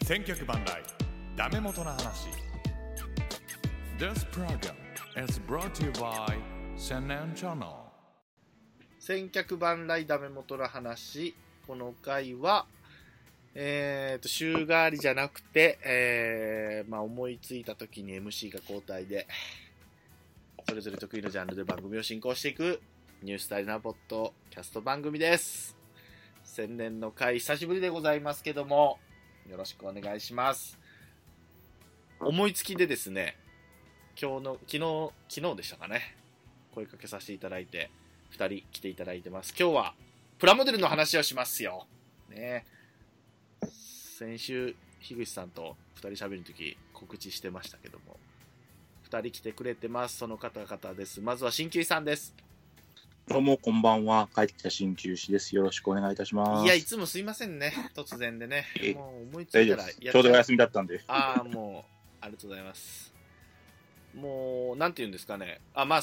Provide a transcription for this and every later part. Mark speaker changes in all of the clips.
Speaker 1: 千脚万来ダメ元の話。 This program is brought to you by 千年チャンネル。
Speaker 2: 千脚万来ダメ元の話。この回は週替わりじゃなくて、思いついた時に MC が交代でそれぞれ得意のジャンルで番組を進行していくニュースタイルなポッドキャスト番組です。千年の回久しぶりでございますけども、よろしくお願いします。思いつきでですね、昨日でしたかね、声かけさせていただいて2人来ていただいてます。今日はプラモデルの話をしますよね。先週樋口さんと2人喋るとき告知してましたけども、2人来てくれてます。その方々です。まずは鍼灸師さんです。
Speaker 3: どうもこんばんは。帰ってきた鍼灸師です。よろしくお願いいたします。
Speaker 2: いや、いつもすいませんね、突然でね。もう思いついたらやっ
Speaker 3: ちょうどお休みだったんで。
Speaker 2: ああ、もうありがとうございます。もうなんて言うんですかね。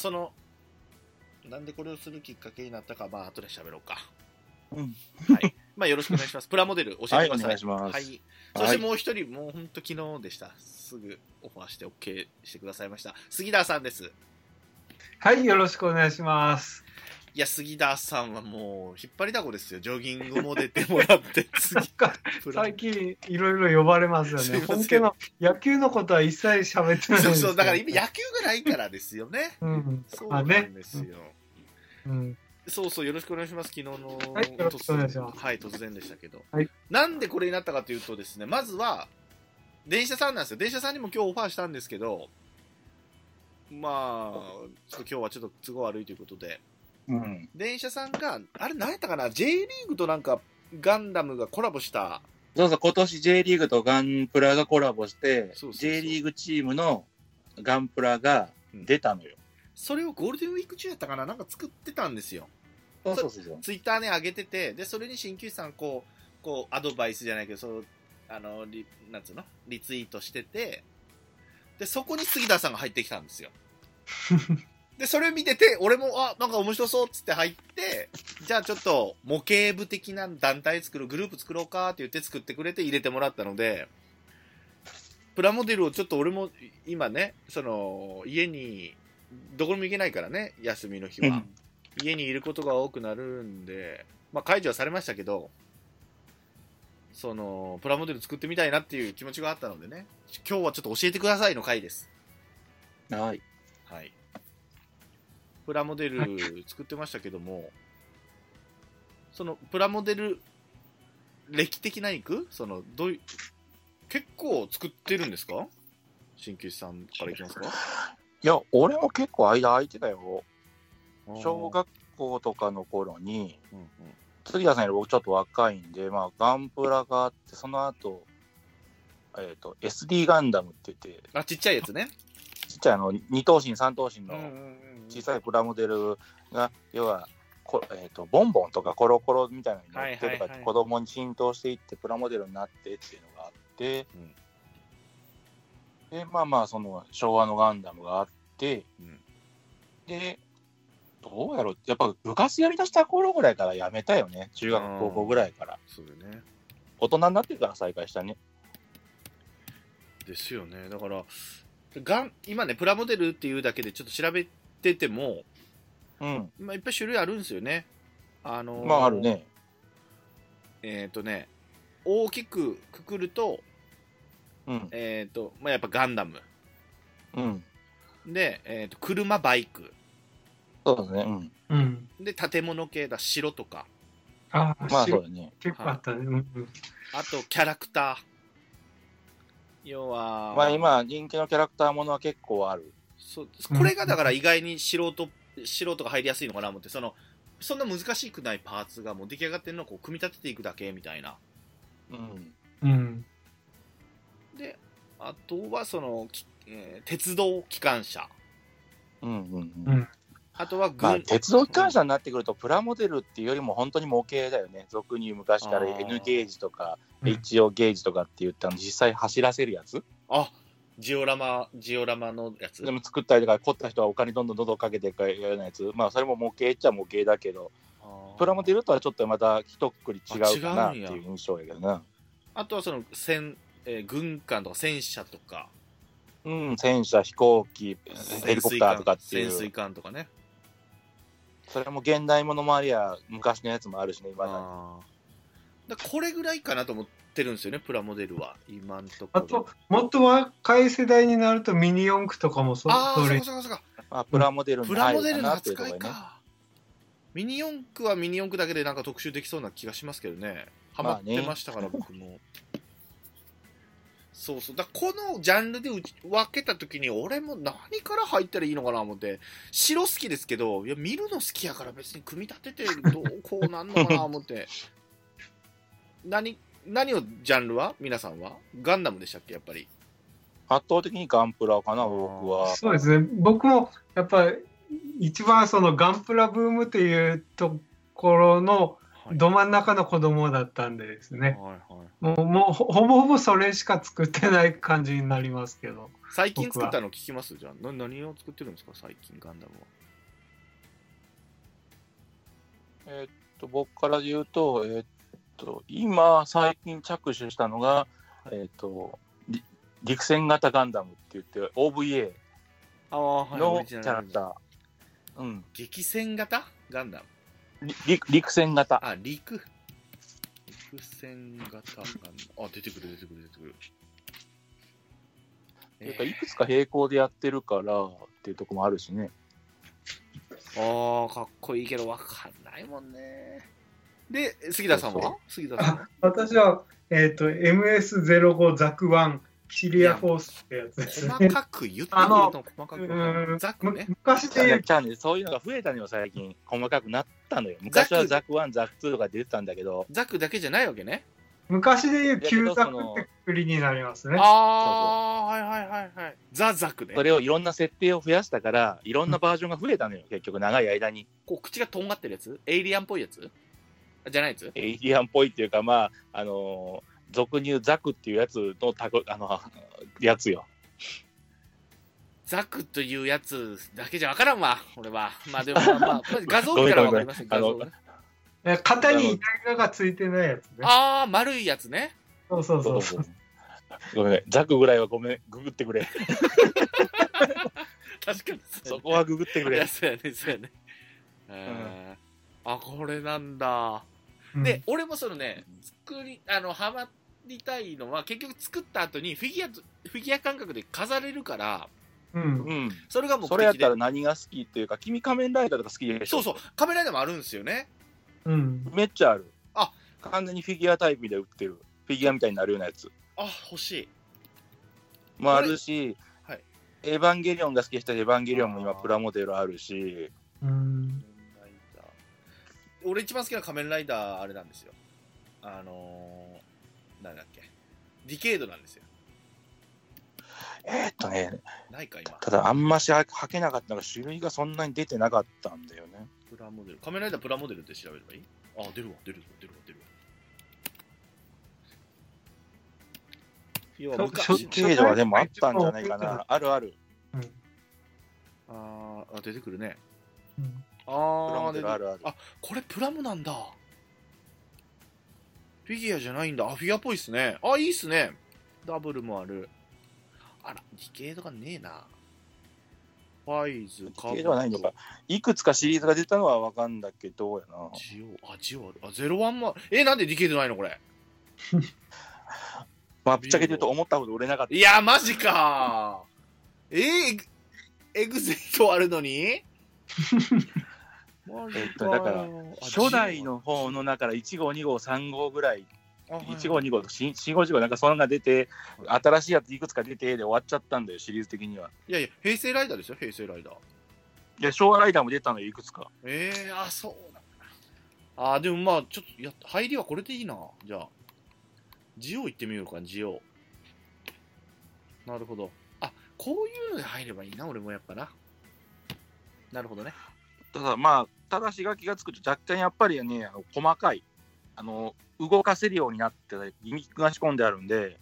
Speaker 2: なんでこれをするきっかけになったか、後で喋ろうか。はい。よろしくお願いします。プラモデル教えてください。
Speaker 3: はい、お願いします。
Speaker 2: はい。そしてもう一人、もう本当昨日でした。すぐオファーして OK してくださいました。杉田さんです。
Speaker 4: はい、よろしくお願いします。
Speaker 2: いや、杉田さんはもう引っ張りだこですよ。ジョギングも出てもらって
Speaker 4: 最近いろいろ呼ばれますよね。本家の野球のことは一切喋ってないです。
Speaker 2: そう、だから今野球がないからですよね。そうなんですよ。そう、よろしくお願いします。昨日の、
Speaker 4: はい、よろしくお願いします。
Speaker 2: はい、突然でしたけど、
Speaker 4: はい、なん
Speaker 2: でこれになったかというとですね、まずは電車さんなんですよ。電車さんにも今日オファーしたんですけど、ちょっと今日はちょっと都合悪いということで、電車さんがあれ何やったかな、 J リーグとなんかガンダムがコラボした。
Speaker 3: そう、今年 J リーグとガンプラがコラボして、J リーグチームのガンプラが出たのよ。
Speaker 2: それをゴールデンウィーク中やったかな、なんか作ってたんですよ。
Speaker 3: そう
Speaker 2: ツイッターね上げてて、でそれに鍼灸師さんこうアドバイスじゃないけど、なんつうのリツイートしてて、でそこに杉田さんが入ってきたんですよ。でそれ見てて、俺もなんか面白そうっつって入って、じゃあちょっと模型部的な団体グループ作ろうかって言って作ってくれて入れてもらったので、プラモデルをちょっと俺も今ね、家にどこにも行けないからね、休みの日は、家にいることが多くなるんで、解除はされましたけど、プラモデル作ってみたいなっていう気持ちがあったのでね、今日はちょっと教えてくださいの回です。
Speaker 3: はい。
Speaker 2: プラモデル作ってましたけども、プラモデル歴的などういう、結構作ってるんですか？鍼灸師さんからいきますか？
Speaker 3: いや、俺も結構間空いてたよ。小学校とかの頃に、杉田さんより僕ちょっと若いんで、ガンプラがあって、その後、SD ガンダムって言って、
Speaker 2: ちっちゃいやつね。
Speaker 3: ちっちゃい2頭身3頭身の小さいプラモデルが、要はボンボンとかコロコロみたいなのに乗ってとか、子供に浸透していってプラモデルになってっていうのがあって、でその昭和のガンダムがあって、でどうやろう、やっぱ部活やりだした頃ぐらいからやめたよね。中学高校ぐらいから。
Speaker 2: そうだね。
Speaker 3: 大人になってから再開したね。
Speaker 2: ですよね。だから今ね、プラモデルっていうだけでちょっと調べてても、いっぱい種類あるんですよね。
Speaker 3: あるね。
Speaker 2: 大きくくくると、やっぱガンダム。で、車、バイク。
Speaker 3: そうですね。
Speaker 2: で、建物系だ、城とか。
Speaker 3: そうだね。
Speaker 4: 結構あったね。
Speaker 2: あと、キャラクター。要は
Speaker 3: 今人気のキャラクターものは結構ある。
Speaker 2: これがだから意外に素人が入りやすいのかなと思って、そんな難しくないパーツがもう出来上がってるのを組み立てていくだけみたいな。で、あとは鉄道機関車。あとは
Speaker 3: 鉄道機関車になってくるとプラモデルっていうよりも本当に模型だよね。俗に昔から N ゲージとかHO ゲージとかって言ったの、実際走らせるやつ。
Speaker 2: ジオラマのやつ
Speaker 3: でも作ったりとか、凝った人はお金どんどんかけていくようなやつ。それも模型っちゃ模型だけど、プラモデルとはちょっとまた一括り違うかなっていう印象やけどな。
Speaker 2: あとは戦軍艦とか戦車とか、
Speaker 3: 戦車、飛行機、ヘリコプターとかっていう。
Speaker 2: 潜水艦とかね。
Speaker 3: それも現代ものもありゃ、昔のやつもあるしね、今
Speaker 2: だこれぐらいかなと思ってるんですよね、プラモデルは。今んところ。
Speaker 4: あと、もっと若い世代になるとミニ四駆とかもそれ。
Speaker 3: プラモデルの
Speaker 2: 扱いか。ミニ四駆はミニ四駆だけでなんか特集できそうな気がしますけどね。ハマってましたから、僕も。そうそう。だこのジャンルで分けたときに、俺も何から入ったらいいのかな思って、白好きですけど、いや、見るの好きやから別に組み立ててどうこうなんのかな思って。何をジャンルは皆さんはガンダムでしたっけやっぱり。
Speaker 3: 圧倒的にガンプラかな、僕は。
Speaker 4: そうですね。僕もやっぱり一番そのガンプラブームというところのど真ん中の子供だったんでですね。もうほぼほぼそれしか作ってない感じになりますけど。
Speaker 2: 最近作ったの聞きますじゃあ。何を作ってるんですか最近ガンダム
Speaker 3: は。僕から言うと、今最近着手したのが、陸戦型ガンダムって言って OVA のキャラクター。
Speaker 2: 激戦型ガンダム。
Speaker 3: 陸戦型。
Speaker 2: 陸戦型ガンダム。出てくる。
Speaker 3: いくつか並行でやってるからっていうところもあるしね。
Speaker 2: かっこいいけど分かんないもんね。で、杉田さんは？
Speaker 4: 私は、MS05 ザク1シリアフォースってやつですね。
Speaker 2: 細かく言ってるの細かく。ザクね。
Speaker 3: 昔でそういうのが増えたのよ、最近。細かくなったのよ。昔はザク1、ザク2とか出てたんだけど。
Speaker 2: ザクだけじゃないわけね。
Speaker 4: 昔でいう旧ザクってくりになりますね。
Speaker 2: はい。ザザクね。
Speaker 3: それをいろんな設定を増やしたから、いろんなバージョンが増えたのよ、結局長い間に。
Speaker 2: こう口がとんがってるやつ？エイリアンっぽいやつ？じゃないやつ？
Speaker 3: エイリアンっぽいっていうか、俗に言うザクっていうやつのやつよ。
Speaker 2: ザクというやつだけじゃ分からんわ、俺は。でも画像見たら分かりますよ、画像ね。
Speaker 4: 型にイライラがついてないやつね。
Speaker 2: 丸いやつね。
Speaker 4: そう。
Speaker 3: ごめん、ザクぐらいはググってくれ。
Speaker 2: 確かに。
Speaker 3: そこはググってくれ。
Speaker 2: そうやね。これなんだ。で、俺もそのね、ハマりたいのは、結局作った後にフィギュア感覚で飾れるから、それが目的で。
Speaker 3: それやったら何が好きっていうか、君仮面ライダーとか好きでしょ？
Speaker 2: そう、仮面ライダーもあるんですよね。
Speaker 3: めっちゃある。完全にフィギュアタイプで売ってる。フィギュアみたいになるようなやつ。
Speaker 2: 欲しい。
Speaker 3: もあるし、エヴァンゲリオンが好きな人はエヴァンゲリオンも今プラモデルあるし。
Speaker 2: 俺一番好きな仮面ライダーあれなんですよ。なんだっけ。ディケードなんですよ。
Speaker 3: ないか今。ただあんまし履けなかったのが種類がそんなに出てなかったんだよね。
Speaker 2: プラモデル。仮面ライダープラモデルって調べればいい？出るわ。
Speaker 3: 昔程度はでもあったんじゃないかな。ある。
Speaker 2: 出てくるね。
Speaker 3: プラモデルある。
Speaker 2: これプラモなんだ。フィギュアじゃないんだ。フィギュアっぽいっすね。いいっすね。ダブルもある。ディケードがねえな。ファイズ、
Speaker 3: カードはないのか。いくつかシリーズが出たのは分かんだけどやな。
Speaker 2: ジオある。01もなんでディケードないのこれ。
Speaker 3: ぶっちゃけて言うと思ったほど売れなかった。
Speaker 2: いや、マジかエグゼイトあるのに
Speaker 3: だから初代の方の中から1号2号3号ぐらい1号2号と4号1号なんかそんなのが出て新しいやついくつか出てで終わっちゃったんだよシリーズ的には。
Speaker 2: いや平成ライダーですよ平成ライダー。
Speaker 3: いや昭和ライダーも出たのよいくつか。
Speaker 2: そうだ。でもちょっと入りはこれでいいな。じゃあジオ行ってみようか。ジオなるほど。こういうので入ればいいな俺もやっぱな。なるほどね。
Speaker 3: ただし書きがつくと若干やっぱりね細かい動かせるようになってギミックが仕込んであるんで、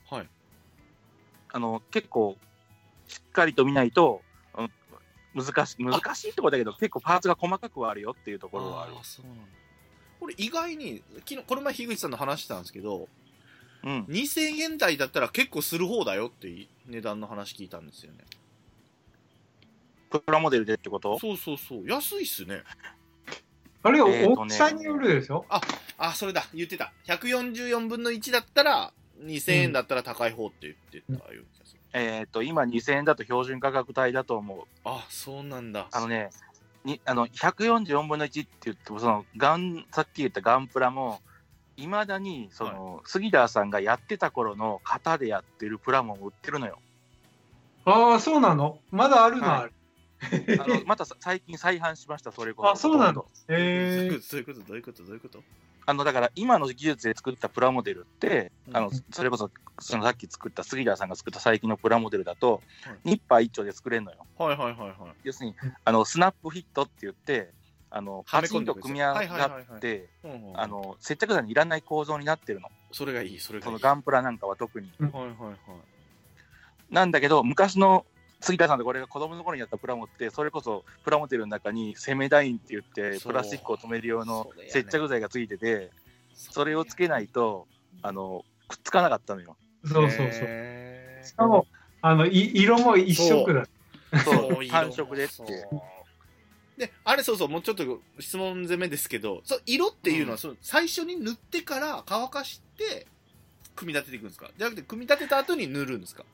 Speaker 3: 結構しっかりと見ないと難しいってことだけど結構パーツが細かくはあるよっていうところはある。
Speaker 2: そうなんだ。これ意外にこの前樋口さんの話したんですけど 2000円台だったら結構する方だよって値段の話聞いたんですよね。
Speaker 3: プラモデルでってこと？
Speaker 2: そうそうそう。安いっすね。
Speaker 4: あれ、大きさによるでしょ？
Speaker 2: それだ。言ってた。144分の1だったら、2000円だったら高い方って言ってたよ。
Speaker 3: 今2000円だと標準価格帯だと思う。
Speaker 2: そうなんだ。
Speaker 3: 144分の1って言っても、さっき言ったガンプラも、いまだに、杉田さんがやってた頃の型でやってるプラモン売ってるのよ。
Speaker 4: そうなの？まだあるの？ある。
Speaker 3: また最近再販しました、それこそ。
Speaker 4: そうなの？
Speaker 2: どういうこと
Speaker 3: だから今の技術で作ったプラモデルって、それこそさっき作った杉田さんが作った最近のプラモデルだと、ニッパー一丁で作れるのよ。要するにスナップフィットって言って、パチンと組み合がって、接着剤にいらない構造になってるの。
Speaker 2: それがいい、その
Speaker 3: ガンプラなんかは特に。なんだけど、昔の杉田さんとこれが子供の頃にやったプラモって、それこそプラモデルの中にセメダインって言ってプラスチックを止める用の接着剤がついてて、それをつけないとくっつかなかったのよ。
Speaker 4: そうしかも色も一色だ。
Speaker 3: 単色でって。
Speaker 2: で、もうちょっと質問攻めですけど、色っていうのは最初に塗ってから乾かして組み立てていくんですか？じゃなくて組み立てた後に塗るんですか？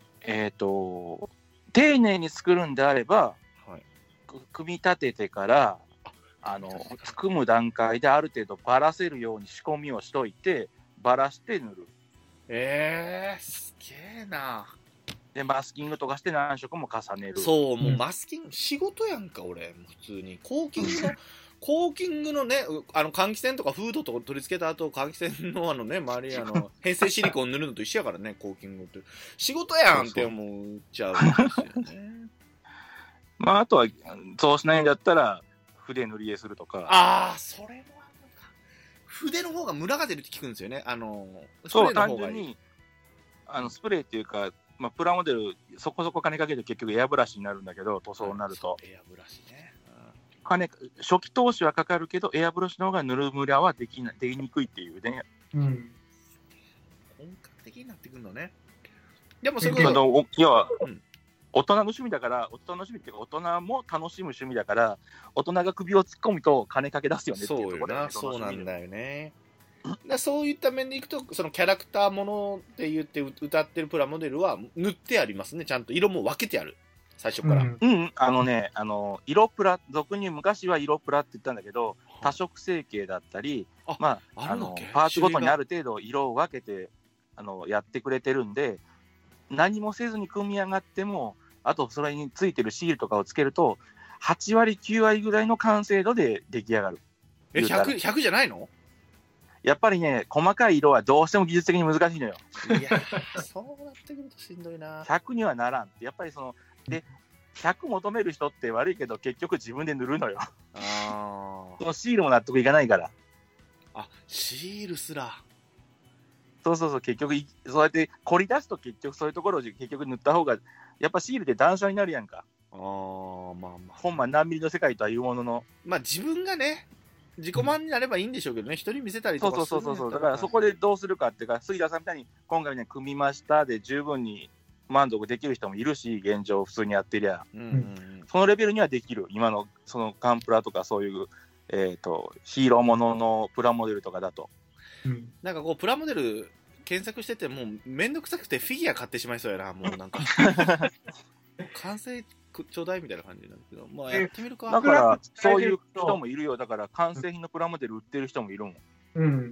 Speaker 3: 丁寧に作るんであれば、組み立ててから組む段階である程度ばらせるように仕込みをしといて、ばらして塗る。
Speaker 2: すげえな。
Speaker 3: でマスキングとかして何色も重ねる。
Speaker 2: もうマスキング仕事やんか俺。普通にコーキングのね、換気扇とかフードとか取り付けた後、換気扇の周り変性シリコン塗るのと一緒やからね、コーキングって。仕事やんって思っちゃうんですよね。
Speaker 3: あとは、そうしないんだったら、筆塗り絵すると
Speaker 2: か。それもあるのか。筆の方がムラが出るって聞くんですよね。
Speaker 3: 単純に、スプレーっていうか、プラモデル、そこそこ金かけて結局エアブラシになるんだけど、塗装になると。
Speaker 2: エアブラシね。
Speaker 3: 初期投資はかかるけど、エアブラシの方が塗るムラはできにくいっていうね。
Speaker 2: 本格的になってくるのね。でもそれこ
Speaker 3: 要は、大人の趣味だから、大人の趣味っていうか、大人も楽しむ趣味だから、大人が首を突っ込むと金かけ出すよねっていうところだよね。
Speaker 2: そうなんだよね。そういった面でいくと、そのキャラクターものって言って歌ってるプラモデルは塗ってありますね。ちゃんと色も分けてある。最初から。
Speaker 3: 色プラ、俗に昔は色プラって言ったんだけど、多色成形だったり、パーツごとにある程度色を分けてやってくれてるんで、何もせずに組み上がっても、あとそれについてるシールとかをつけると、8割、9割ぐらいの完成度で出来上がる。
Speaker 2: 100じゃないの？
Speaker 3: やっぱりね、細かい色はどうしても技術的に難しいのよ。
Speaker 2: いや、そうなってくるとしんどいな。
Speaker 3: 100にはならんって、やっぱりで、100求める人って悪いけど、結局自分で塗るのよ。そのシールも納得いかないから。
Speaker 2: シールすら。
Speaker 3: そう、結局、そうやって凝り出すと結局そういうところを結局塗った方が、やっぱシールで断捨になるやんか。本間何ミリの世界とはいうものの。
Speaker 2: 自分がね、自己満になればいいんでしょうけどね、人に見せたりとかする。
Speaker 3: そう。だからそこでどうするかっていうか、杉田さんみたいに今回ね、組みましたで十分に満足できる人もいるし、現状普通にやってりゃ、そのレベルにはできる。今のそのガンプラとかそういう、ヒーローもののプラモデルとかだと。
Speaker 2: なんかプラモデル検索しててもうめんどくさくてフィギュア買ってしまいそうやな。もうなんか完成ちょうだいみたいな感じなんですけど、やってみるか。
Speaker 3: だからそういう人もいるよ。だから完成品のプラモデル売ってる人もいるもん。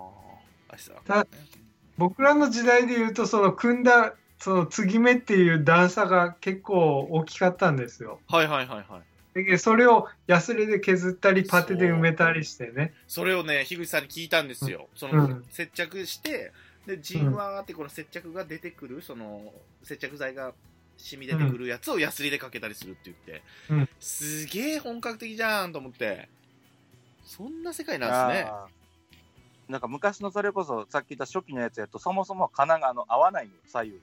Speaker 4: 僕らの時代でいうと、組んだ継ぎ目っていう段差が結構大きかったんですよ。でそれをヤスリで削ったりパテで埋めたりしてね。
Speaker 2: それをね、樋口さんに聞いたんですよ。接着してでじんわーってこの接着が出てくる、接着剤が染み出てくるやつをヤスリでかけたりするって言って、すげえ本格的じゃんと思って。そんな世界なんですね。
Speaker 3: なんか昔のそれこそさっき言った初期のやつやと、そもそも金が合わないの、左右に。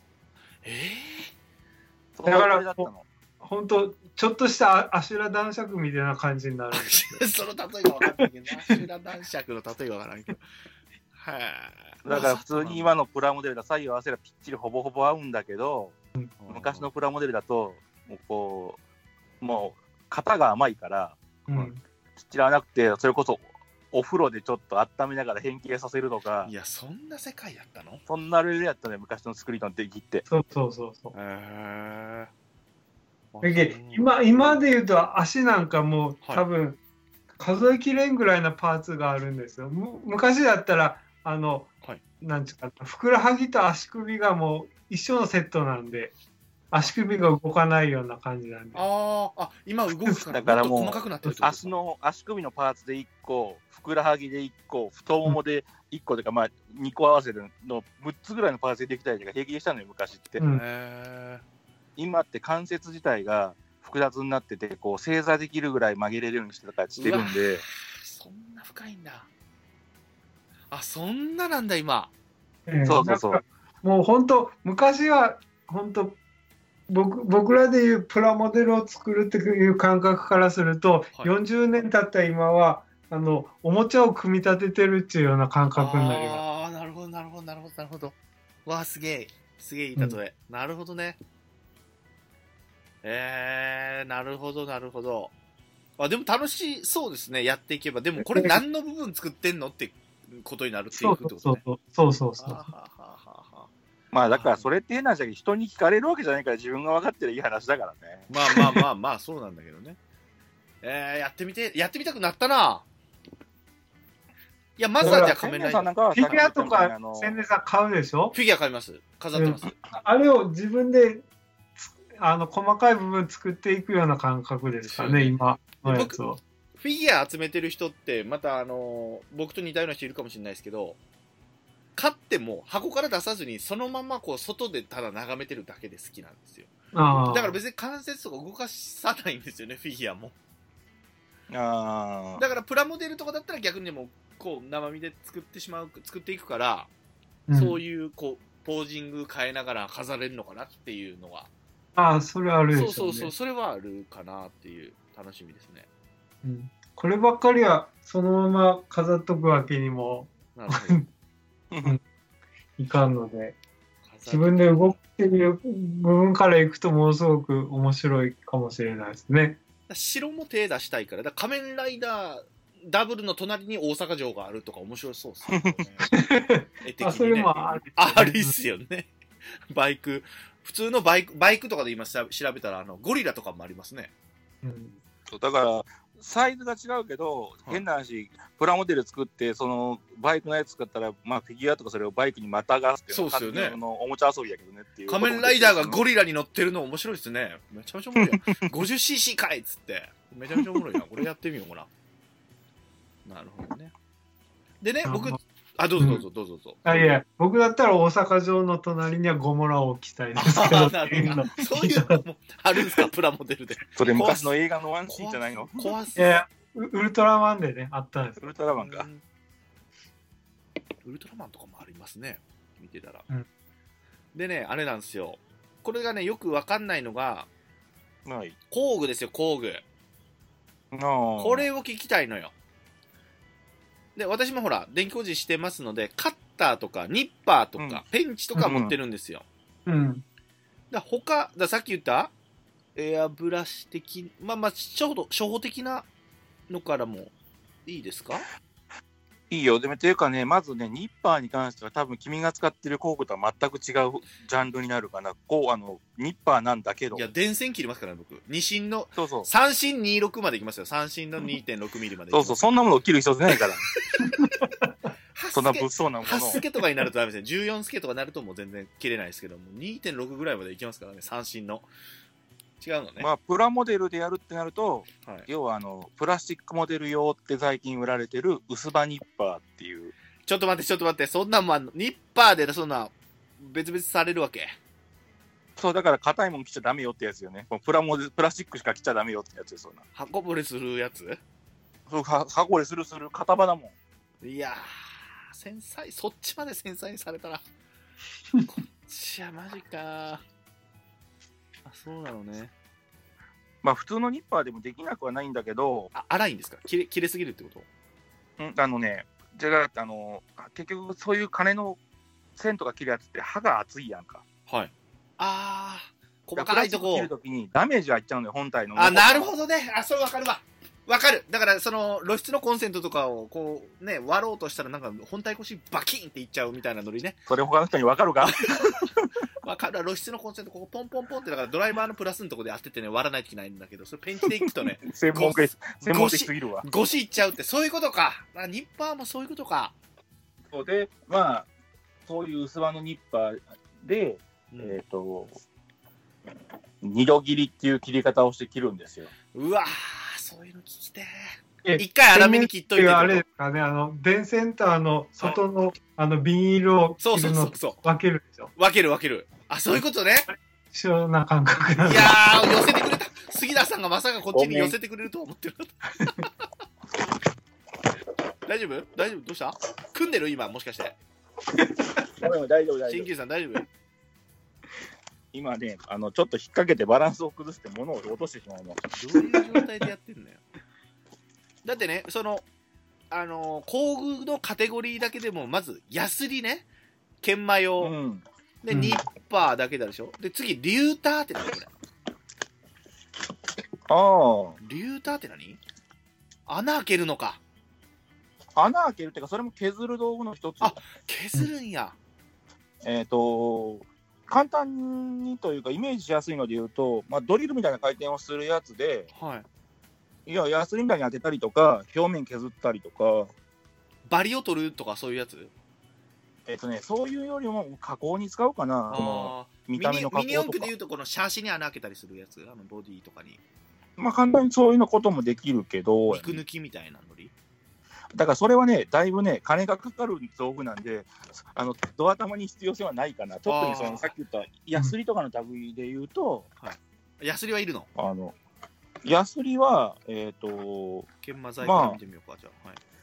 Speaker 4: だから本当ちょっとしたアシュラ男爵みたいな感じになるんですよ。
Speaker 2: その例えが分かんないけど、アシュラ男爵の例えが分からんけど。
Speaker 3: だから普通に今のプラモデルが左右合わせればぴっちりほぼほぼ合うんだけど、昔のプラモデルだともう型が甘いから、ぴっちり合わなくて、それこそお風呂でちょっと温めながら変形させるとか。
Speaker 2: いや、そんな世界やったの？
Speaker 3: そんなレベルやったね、昔の作りの出来って。
Speaker 4: そう。今で言うと足なんかも多分数えきれんぐらいのパーツがあるんですよ。昔だったらなんていうか、ふくらはぎと足首がもう一緒のセットなんで、足首が動かないような感じなんで。
Speaker 2: 今動くから、
Speaker 3: だからもう
Speaker 2: 細かくなってる。
Speaker 3: 足首のパーツで1個、ふくらはぎで1個、太ももで1個とか、2個合わせるの6つぐらいのパーツでできたりとか平気でしたのよ、昔って。今って関節自体が複雑になってて、正座できるぐらい曲げれるようにしてたりしてるんで。
Speaker 2: そんな深いんだ。そんななんだ今。
Speaker 3: そう。
Speaker 4: もう本当昔は本当僕らでいうプラモデルを作るっていう感覚からすると、40年経った今はおもちゃを組み立ててるっていうような感覚になります。
Speaker 2: なるほど。わあ、すげえいい例え。なるほどね。なるほど。でも楽しそうですね、やっていけば。でもこれ何の部分作ってんのってことになるっていうことね。
Speaker 4: そう。
Speaker 3: だからそれって変な話だけど、人に聞かれるわけじゃないから自分が分かってるいい話だからね。
Speaker 2: まあそうなんだけどね。やってみたくなったな。いや、まずはじゃあ仮面ライダー。
Speaker 4: フィギュアとか千年さん買うでしょ？
Speaker 2: フィギュア買います。飾ってます。
Speaker 4: あれを自分で細かい部分作っていくような感覚ですかね、今のやつを。
Speaker 2: フィギュア集めてる人ってまた僕と似たような人いるかもしれないですけど、買っても箱から出さずにそのまま外でただ眺めてるだけで好きなんですよ。だから別に関節とか動かさないんですよね、フィギュアも。だからプラモデルとかだったら逆にでも生身で作っていくから、そういうポージング変えながら飾れるのかなっていうのは。
Speaker 4: それはあるでしょうね。
Speaker 2: そう、それはあるかなっていう楽しみですね。
Speaker 4: こればっかりはそのまま飾っとくわけにもいかんので、自分で動っている部分からいくとものすごく面白いかもしれないですね。
Speaker 2: 城も手出したいから、仮面ライダーダブルの隣に大阪城があるとか面白そうですよね。絵的にね。
Speaker 4: それもあ
Speaker 2: りっすよね。普通のバイクとかで今調べたらゴリラとかもありますね。
Speaker 3: だからサイズが違うけど、変な話、プラモデル作ってそのバイクのやつ作ったら、フィギュアとかそれをバイクにまたがすっていう
Speaker 2: そうですよね。
Speaker 3: おもちゃ遊びやけどねっていう。
Speaker 2: 仮面ライダーがゴリラに乗ってるの面白いですね。めちゃめちゃおもろいやん。50cc かいっつってめちゃめちゃおもろいな。これやってみようかな。なるほどね。でね、僕どうぞ。
Speaker 4: いや、僕だったら大阪城の隣にはゴモラを置きたいですけど。
Speaker 2: そういうのもあるんですか、プラモデルで。
Speaker 3: それ昔の映画のワンシーンじゃないの？
Speaker 4: いや、ウルトラマンでね、あったんです。
Speaker 3: ウルトラマンか。
Speaker 2: ウルトラマンとかもありますね、見てたら。でね、あれなんですよ。これがね、よくわかんないのが、工具ですよ、工具。これを聞きたいのよ。で、私もほら、電気工事してますので、カッターとか、ニッパーとか、ペンチとか持ってるんですよ。さっき言った、エアブラシ的、初歩的なのからもいいですか？
Speaker 3: いいよ。でも、というかね、まずね、ニッパーに関しては多分君が使ってる工具とは全く違うジャンルになるかな。ニッパーなんだけど。
Speaker 2: いや、電線切りますからね、僕。二芯の、
Speaker 3: そうそう。
Speaker 2: 三芯26までいきますよ。三芯の 2.6 ミリまでいきます。
Speaker 3: そう、そんなものを切る必要ないから。そんな物騒なもの。
Speaker 2: 8スケとかになるとダメですね。14スケとかになるともう全然切れないですけども、2.6 ぐらいまでいきますからね、三芯の。違うのね。
Speaker 3: プラモデルでやるってなると、要はプラスチックモデル用って最近売られてる薄刃ニッパーっていう。
Speaker 2: ちょっと待って、そんなんもニッパーでそんな別々されるわけ？
Speaker 3: そう、だから硬いもん切っちゃダメよってやつよね。プラスチックしか切っちゃダメよってやつですよ。
Speaker 2: 箱ぼれするやつ？
Speaker 3: そう、箱ぼれする型場だも
Speaker 2: ん。いやー、繊細、そっちまで繊細にされたら。こっちはマジか。そうなのね。
Speaker 3: 普通のニッパーでもできなくはないんだけど。
Speaker 2: 粗いんですか？切れすぎるってこと？
Speaker 3: じゃあ結局そういう金の線とか切るやつって刃が厚いやんか。
Speaker 2: はい。ああ、細かいとこ。
Speaker 3: 切るときにダメージがいっちゃうのよ、本体の。
Speaker 2: あ、なるほどね。あ、それわかるわ。わかる。だから、その、露出のコンセントとかを、こう、ね、割ろうとしたら、なんか、本体越しバキンっていっちゃうみたいなノリね。
Speaker 3: それ他の人にわかるか
Speaker 2: わかる。露出のコンセント、ここポンポンポンって、だからドライバーのプラスのとこで当ててね、割らないといけないんだけど、それペンチでいくとね、
Speaker 3: 専門的すぎるわ。
Speaker 2: ゴシいっちゃうって、そういうことか。ニッパーもそういうことか。
Speaker 3: そうで、まあ、そういう薄刃のニッパーで、二度切りっていう切り方をして切るんですよ。
Speaker 2: うわー、そういうの聞きてー。一回粗めに切っといて。
Speaker 4: あれですかね、電センターの外の、ビニールを切るの分けるでしょ。
Speaker 2: 分ける。あ、そういうことね。
Speaker 4: 一緒な感覚なん
Speaker 2: いやー、寄せてくれた。杉田さんがまさかこっちに寄せてくれると思ってる。大丈夫どうした組んでる今、もしかして。
Speaker 3: 大丈夫。
Speaker 2: 新旧さん大丈夫？
Speaker 3: 今ね、ちょっと引っ掛けてバランスを崩して物を落としてしまうの。
Speaker 2: どういう状態でやってんのよ。だってね、その、工具のカテゴリーだけでも、まず、ヤスリね、研磨用、で、ニッパーだけだでしょ。で、次、リューターって何これ。リューターって何？穴開けるのか。
Speaker 3: 穴開けるっていうか、それも削る道具の一つ。
Speaker 2: あ、削るんや。
Speaker 3: 簡単にというか、イメージしやすいので言うと、まあ、ドリルみたいな回転をするやつで、
Speaker 2: はい。
Speaker 3: いや、ヤスリみたいに当てたりとか、表面削ったりとか。
Speaker 2: バリを取るとか、そういうやつ？
Speaker 3: そういうよりも加工に使うかな。見た目の加工とか。
Speaker 2: ミニ四駆で言うと、このシャーシに穴開けたりするやつ、ボディとかに。
Speaker 3: まあ、簡単にそういうのこともできるけど。
Speaker 2: 肉抜きみたいなノリ？
Speaker 3: だからそれはね、だいぶね、金がかかる道具なんで、ドア玉に必要性はないかな。特にそのさっき言ったヤスリとかの類で言うと、
Speaker 2: ヤスリはいるの？
Speaker 3: ヤスリは、
Speaker 2: 研磨剤から見てみようか、じゃ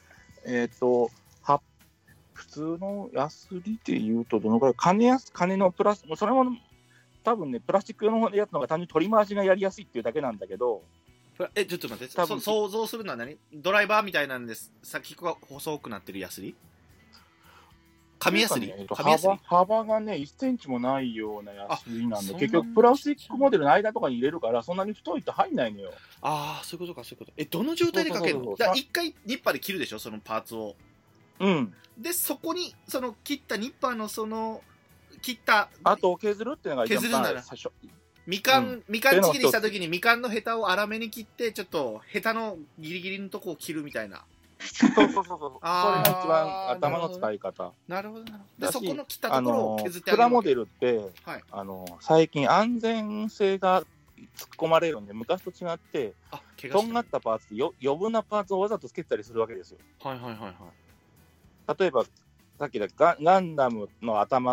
Speaker 3: あ。普通のヤスリで言うと、どのくらい金のプラス、それも多分ね、プラスチック用のやつの方が単純に取り回しがやりやすいっていうだけなんだけど、
Speaker 2: ちょっと待って、想像するのは何？ドライバーみたいなんです。先っぽが細くなってるヤスリ？紙ヤスリ？
Speaker 3: 幅がね、1センチもないようなヤスリなんで、結局プラスチックモデルの間とかに入れるから、そんなに太いと入んないのよ。
Speaker 2: ああ、そういうことか、そういうこと。どの状態でかけるの？一回ニッパーで切るでしょ、そのパーツを。で、そこに、その切ったニッパーの切った
Speaker 3: 後を削るっていうのが
Speaker 2: 削るんだな。みかんちぎりした時にみかんのヘタを粗めに切って、ちょっとヘタのギリギリのとこを切るみたいな。
Speaker 3: そう。それが一番頭の使い方。
Speaker 2: なるほど。で、そこの切ったところを削ってあげる。
Speaker 3: プラモデルって、最近安全性が突っ込まれるんで、昔と違って、とんがったパーツ、余分なパーツをわざとつけてたりするわけですよ。例えば、さっきだガンダムの頭って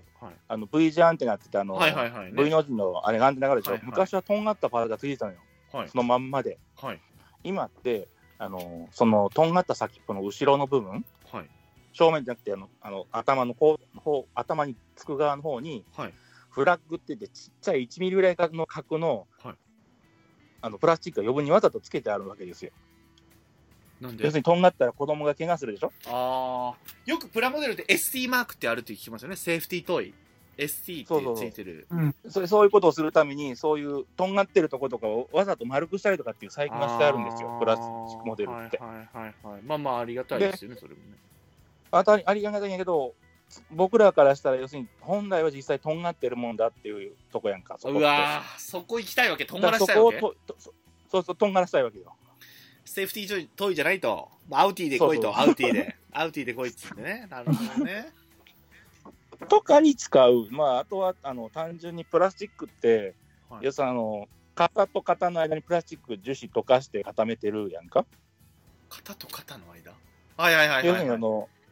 Speaker 3: 、V 字アンテナって言って、V の字のあれがアンテナがあるでしょ。昔はとんがったパーツがついてたのよ。そのまんまで。今って、そのとんがった先っぽの後ろの部分、正面じゃなくて頭につく側の方に、フラッグって言ってちっちゃい1ミリぐらいの角の、プラスチックが余分にわざとつけてあるわけですよ。なんで？要するにとんがったら子供が怪我するでしょ。
Speaker 2: よくプラモデルで ST マークってあるって聞きますよね。セーフティートイ ST ってついてる。
Speaker 3: そういうことをするために、そういうとんがってるとことかをわざと丸くしたりとかっていう細工がしてあるんですよ、プラスチックモデルって。
Speaker 2: まあありがたいですよね、それもね。
Speaker 3: ありがたいんやけど、僕らからしたら要するに本来は実際とんがってるもんだっていうとこやんか。
Speaker 2: うわー、そこ行きたいわけ？とんがらしたいわけ？
Speaker 3: そう、とんがらしたいわけよ。
Speaker 2: セーフティートイじゃないと、アウティーで来いと、アウティーで来いっつってね。なるほどね。
Speaker 3: とかに使う。あとは単純にプラスチックって、要するに型と型の間にプラスチック樹脂溶かして固めてるやんか。
Speaker 2: 型と型の間？要
Speaker 3: するに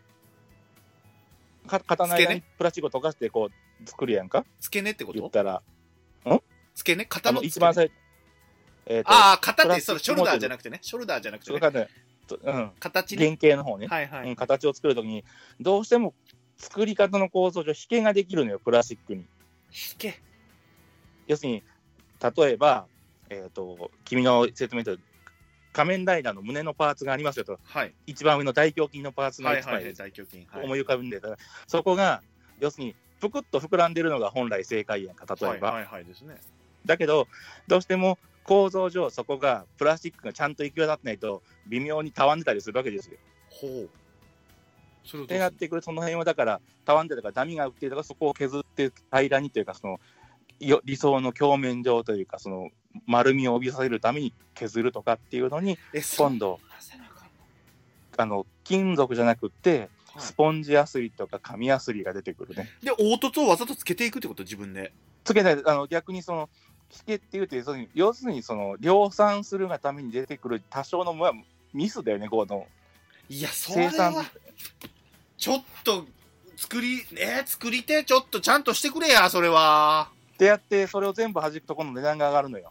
Speaker 3: 型の間にプラスチックを溶かしてこう作るやんか。
Speaker 2: 付け根ってこと？
Speaker 3: 言ったら、
Speaker 2: 付け根？型の付け根？
Speaker 3: 一番最初。
Speaker 2: 型ってショルダーじゃなくてね。形ね。
Speaker 3: 原型の方ね。形を作るときに、どうしても作り方の構造上、引けができるのよ、プラスチックに。
Speaker 2: 引け？
Speaker 3: 要するに、例えば、君の説明と仮面ライダーの胸のパーツがありますよと、
Speaker 2: はい、
Speaker 3: 一番上の大胸筋のパーツの一枚で思い浮かぶんで、そこが要するにぷくっと膨らんでるのが本来正解やんか、例えば、
Speaker 2: はいはいですね、だ
Speaker 3: けどどうしても構造上そこがプラスチックがちゃんと行き渡ってないと微妙にたわんでたりするわけですよ。
Speaker 2: ほう、
Speaker 3: それがってくる、その辺はだからたわんでるからダミが打ってるからそこを削って平らにというか、その理想の鏡面上というかその丸みを帯びさせるために削るとかっていうのに、今度金属じゃなくってスポンジヤスリとか紙ヤスリが出てくるね。
Speaker 2: で凹凸をわざとつけていくってこと、自分で
Speaker 3: つけない、逆にその引けっていうと、要するにその量産するがために出てくる多少のミスだよね、この
Speaker 2: いや、それはちょっと作りて、ちょっとちゃんとしてくれや、それは
Speaker 3: ってやって、それを全部弾くとこの値段が上がるのよ。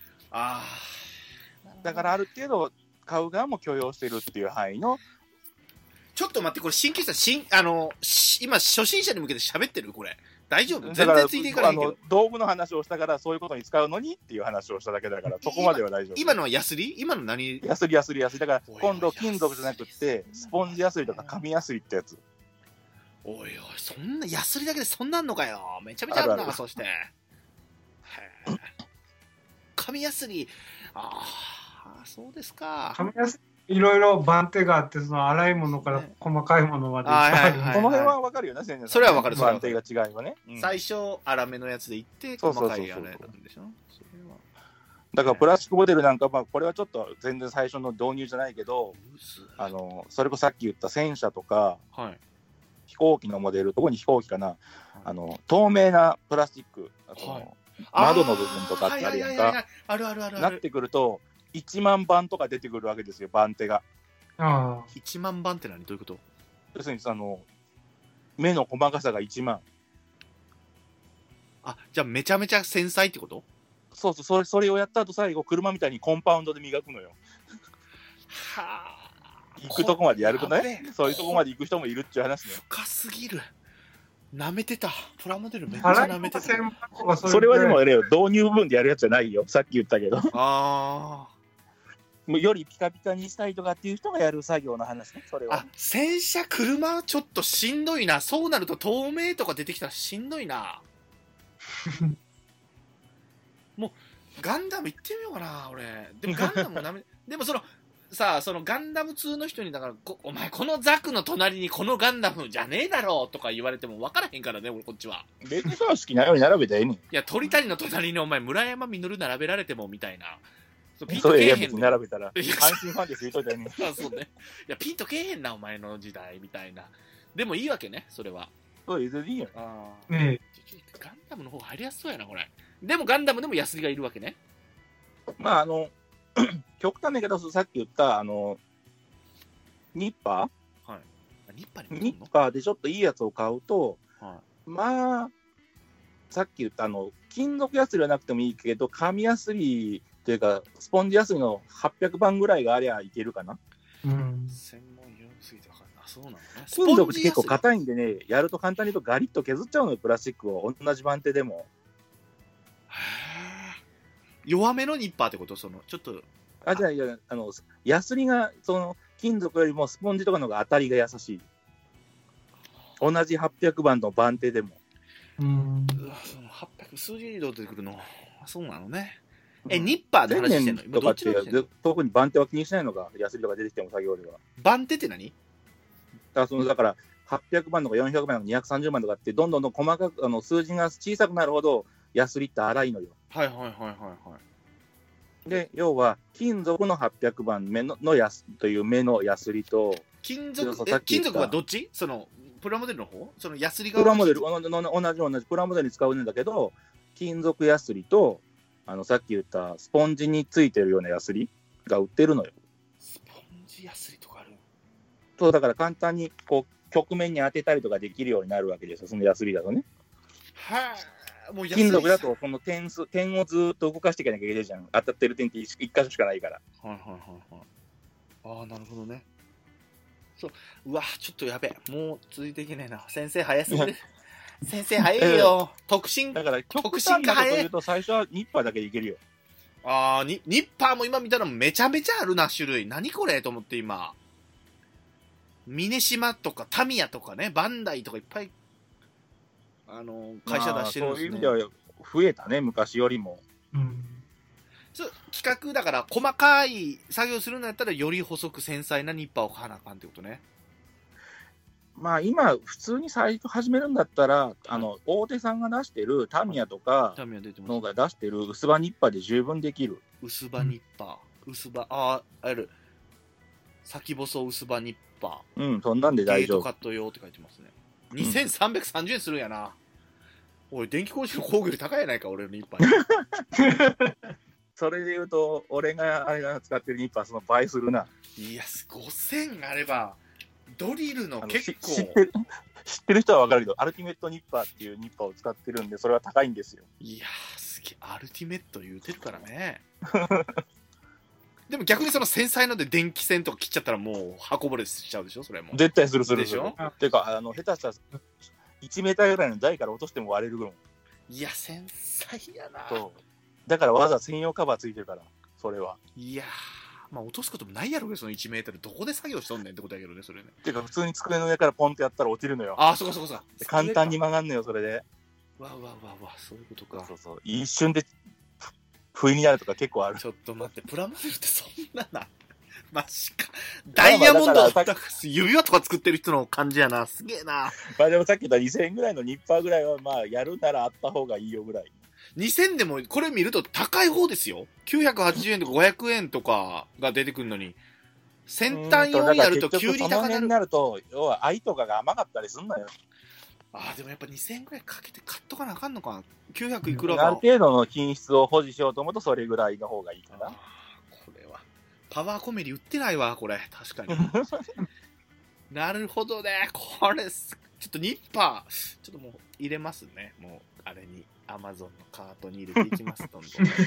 Speaker 3: だからある程度買う側も許容してるっていう範囲の。
Speaker 2: ちょっと待って、これ新規さん、今初心者に向けて喋ってる、これ大丈夫？全然ついていかないけど。
Speaker 3: 道具の話をしたからそういうことに使うのにっていう話をしただけだから、そこまでは大丈夫。
Speaker 2: 今のはヤスリ？今の何？
Speaker 3: ヤスリだから今度金属じゃなくってスポンジヤスリとか紙ヤスリってやつ。
Speaker 2: おいおい、そんなヤスリだけでそんなんのかよ。めちゃめちゃあるな。そして紙ヤスリ、そうですか。
Speaker 4: 紙ヤスリいろいろ番手があって、その粗いものから細かいものまで、
Speaker 3: この辺は分かるよね、
Speaker 2: それは分かる。
Speaker 3: 番手が違いはね、
Speaker 2: 最初粗めのやつでいって細かいあれなんでしょ。
Speaker 3: だからプラスチックモデルなんか、これはちょっと全然最初の導入じゃないけど、それこそさっき言った戦車とか、飛行機のモデル、特に飛行機かな、透明なプラスチック、窓の部分とかってあるやんか、なってくると1万番とか出てくるわけですよ、番手が。
Speaker 2: 1万番って何？どういうこと？
Speaker 3: 要するに目の細かさが1万。
Speaker 2: じゃあめちゃめちゃ繊細ってこと？
Speaker 3: そうそう、それをやった後最後車みたいにコンパウンドで磨くのよ。行くとこまでやるとね、そういうとこまで行く人もいるっていう話ね。
Speaker 2: 深すぎる。舐めてた。プラモデルめっちゃ舐めてた。
Speaker 3: それはでもあれよ、導入部分でやるやつじゃないよ。さっき言ったけど。よりピカピカにしたいとかっていう人がやる作業の話ね、それは。
Speaker 2: 洗車車はちょっとしんどいな。そうなると透明とか出てきたらしんどいな。もうガンダム行ってみようかな、俺。でもガンダムダメ。でもそのガンダム通の人にだからお前このザクの隣にこのガンダムじゃねえだろとか言われても分からへんからね、俺こっちは。
Speaker 3: 別に好きなように並べたらええねん。い
Speaker 2: や、鳥谷の隣にお前村山実並べられてもみたいな。
Speaker 3: ピンとけえへん。並べたら阪神ファンです言うといたらね。
Speaker 2: そうね。いや、ピンとけえへんなお前の時代みたいな。でもいいわけね、それは。
Speaker 3: そう、全然いいよ。
Speaker 2: ガンダムの方が入りやすそうやな、これ。でもガンダムでもヤスリがいるわけね。
Speaker 3: 極端だけど、さっき言ったニッパー、
Speaker 2: ニ
Speaker 3: ッパーでちょっといいやつを買うと、さっき言った金属ヤスリはなくてもいいけど、紙ヤスリというかスポンジヤスリの800番ぐらいがありゃいけるかな。
Speaker 2: 専門用すぎて分かんない。そうなのね。
Speaker 3: 金属って結構硬いんでね、やると簡単に言うとガリッと削っちゃうのよ、プラスチックを。同じ番手でも。
Speaker 2: 弱めのニッパーってこと？ちょっと
Speaker 3: じゃあヤスリが金属よりもスポンジとかの方が当たりが優しい。同じ800番の番手でも。
Speaker 2: 800数字にどう出てくるの？そうなのね。ニッパーで話してんの？今どっちの話してんの？
Speaker 3: 特に番手は気にしないのがヤスリとか出てきても作業では。
Speaker 2: 番手って何？
Speaker 3: だから800番とか400番とか230番とかってどんどん細かく数字が小さくなるほどヤスリって粗いのよ。で、要は金属の800番目のという目のヤスリと、
Speaker 2: 金属はどっち？プラモデルの方？ヤスリが
Speaker 3: プラモデル同じプラモデルに使うんだけど、金属ヤスリとさっき言ったスポンジについてるようなヤスリが売ってるのよ。
Speaker 2: スポンジヤスリとかある？
Speaker 3: そう、だから簡単に曲面に当てたりとかできるようになるわけですよ、そのヤスリだとね。もう金属だと点をずっと動かしていかなきゃいけないじゃん。当たってる点って1箇所しかないから。
Speaker 2: なるほどね。うわ、ちょっとやべえ。もう続いていけねえな。先生早すぎる。先生早いよ。特進。
Speaker 3: だから極端なこと言うと最初はニッパーだけでいけるよ。
Speaker 2: ニッパーも今見たらめちゃめちゃあるな、種類。何これと思って今。ミネシマとかタミヤとかね、バンダイとかいっぱい、会社出してるんですね。そういう意味では
Speaker 3: 増えたね、昔よりも。
Speaker 2: 企画だから細かい作業するんだったらより細く繊細なニッパーを買わなあかんってことね。
Speaker 3: まあ今普通に最初始めるんだったら大手さんが出してるタミヤとかのが出してる薄刃ニッパーで十分できる。
Speaker 2: 薄刃ニッパー、薄刃ある先細薄刃ニッパ
Speaker 3: ー、そんなんで大丈夫。
Speaker 2: ゲートカット用って書いてますね。2330円するんやな。おい電気工事の工具より高いやないか俺のニッパー。
Speaker 3: それで言うと俺が使ってるニッパーその倍するな。
Speaker 2: いや5000あればドリルの結構
Speaker 3: 知ってる人は分かるけどアルティメットニッパーっていうニッパーを使ってるんでそれは高いんですよ。
Speaker 2: いやすげえアルティメット言うてるからね。でも逆にその繊細ので電気線とか切っちゃったらもう箱ぼれしちゃうでしょ。それも
Speaker 3: 絶対する
Speaker 2: でしょ。
Speaker 3: っていうか下手したら1メーターぐらいの台から落としても割れるぐらい。
Speaker 2: いや繊細やな。
Speaker 3: そうだからわざ専用カバーついてるからそれは。
Speaker 2: いやまあ落とすこともないやろうけどその1メートルどこで作業しとんねんってことやけどねそれね。
Speaker 3: っていうか普通に机の上からポンってやったら落ちるのよ。
Speaker 2: ああそうかそうか
Speaker 3: 簡単に曲がんのよそれで。
Speaker 2: わそういうことか。
Speaker 3: そう一瞬で不意になるとか結構ある。
Speaker 2: ちょっと待ってプラモデルってそんなマジか。ダイヤモンド指輪とか作ってる人の感じやな。すげえな。
Speaker 3: まあでもさっき言った2000円ぐらいのニッパーぐらいはまあやるならあった方がいいよぐらい。
Speaker 2: 2000でもこれ見ると高い方ですよ。980円とか500円とかが出てくるのに先端用やると急に高くなる。
Speaker 3: その辺になると要は愛とかが甘かったりすんのよ。
Speaker 2: ああでもやっぱ2000円ぐらいかけて買っとかなあかんのか。900いくらか。
Speaker 3: ある程度の品質を保持しようと思うとそれぐらいの方がいいかな。
Speaker 2: これはパワーコメリ売ってないわこれ確かに。なるほどね。これちょっとニッパーちょっともう入れますね。もうあれにアマゾンのカートに入れていきますどんどん。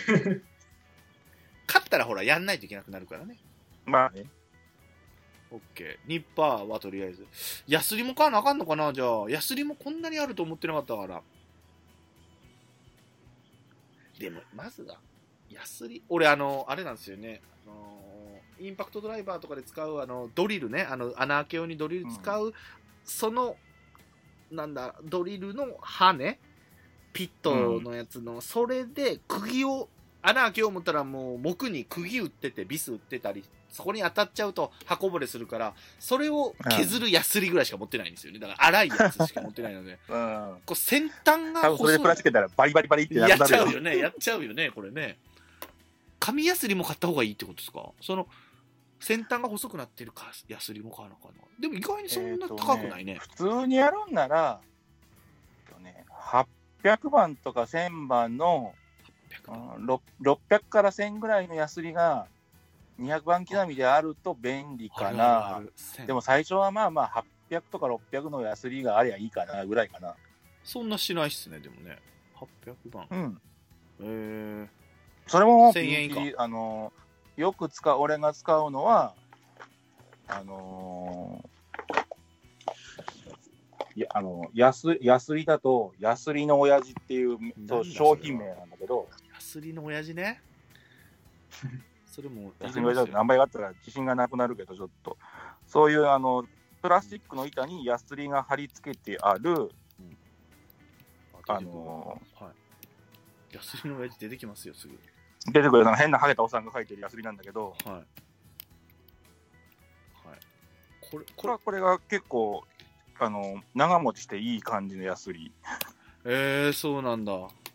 Speaker 2: 買ったらほらやんないといけなくなるからね。
Speaker 3: まあね。
Speaker 2: オッケー。ニッパーはとりあえずヤスリも買わなあかんのかな。じゃあヤスリもこんなにあると思ってなかったから。でもまずはヤスリ俺あれなんですよね。インパクトドライバーとかで使うドリルね、穴開け用にドリル使う、そのなんだドリルの刃ね、ピットのやつの、それで釘を穴開けよう思ったらもう木に釘打っててビス打ってたりそこに当たっちゃうと刃こぼれするからそれを削るヤスリぐらいしか持ってないんですよね。だから粗いやつしか持ってないので、こう先端が細い。多分
Speaker 3: それでプラつけたらバリバリバリってな
Speaker 2: やっちゃうよね。やっちゃうよねこれね。紙ヤスリも買った方がいいってことですか。その先端が細くなってるヤスリも買わなかな。でも意外にそんな高くないね。
Speaker 3: 普通にやるんなら、800番とか1000番の600から1000ぐらいのヤスリが200番刻みであると便利かな。でも最初はまあまあ800とか600のヤスリがありゃいいかなぐらいかな。
Speaker 2: そんなしないっすねでもね。800番。
Speaker 3: それも
Speaker 2: 1000円以下。
Speaker 3: よく俺が使うのはヤスリだとヤスリの親父っていう商品名なんだけど。
Speaker 2: ヤスリの親父ね。それも
Speaker 3: ヤスリの親父だと何倍があったら自信がなくなるけどちょっとそういうプラスチックの板にヤスリが貼り付けてある、
Speaker 2: ヤスリの親父出てきますよすぐ。
Speaker 3: 出てくる変なハゲたおっさんが描いてるヤスリなんだけど、これが結構長持ちしていい感じのヤスリ。
Speaker 2: そうなんだ。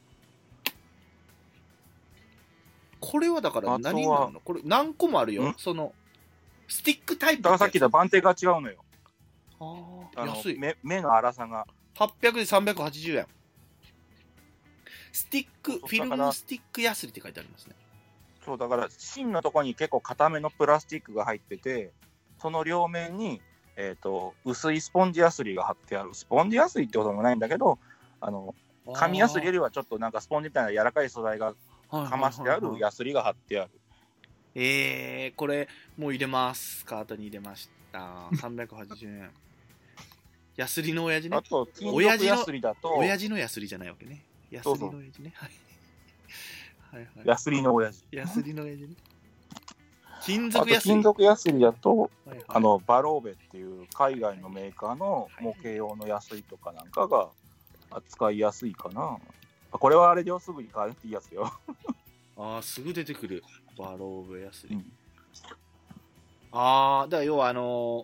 Speaker 2: これはだから何なの？これ何個もあるよ。そのスティックタイプ。
Speaker 3: だからさっき言った番手が違うのよ。
Speaker 2: 安い。
Speaker 3: 目の粗さが
Speaker 2: 800で380円。スティックフィルムスティックヤスリって書いてありますね。
Speaker 3: そうだから芯のところに結構固めのプラスチックが入ってて、その両面に薄いスポンジヤスリが貼ってある。スポンジヤスリってこともないんだけど、紙ヤスリよりはちょっとなんかスポンジみたいな柔らかい素材がかましてあるヤスリが貼ってある。
Speaker 2: これもう入れます。カートに入れました。380円。ヤスリの親父ね。
Speaker 3: あと金属ヤスリだと
Speaker 2: 親父のヤスリじゃないわけね。ヤスリの親父ね。はい。 はいはい。
Speaker 3: ヤスリの親父。
Speaker 2: ヤスリの親父ね。
Speaker 3: 金属ヤスリだと、
Speaker 2: はいはい、
Speaker 3: バローベっていう海外のメーカーの模型用のヤスリとかなんかが扱いやすいかな。これはあれでよ、すぐに買えっていいやつよ。
Speaker 2: ああ、すぐ出てくる。バローベヤスリ。ああ、だから要は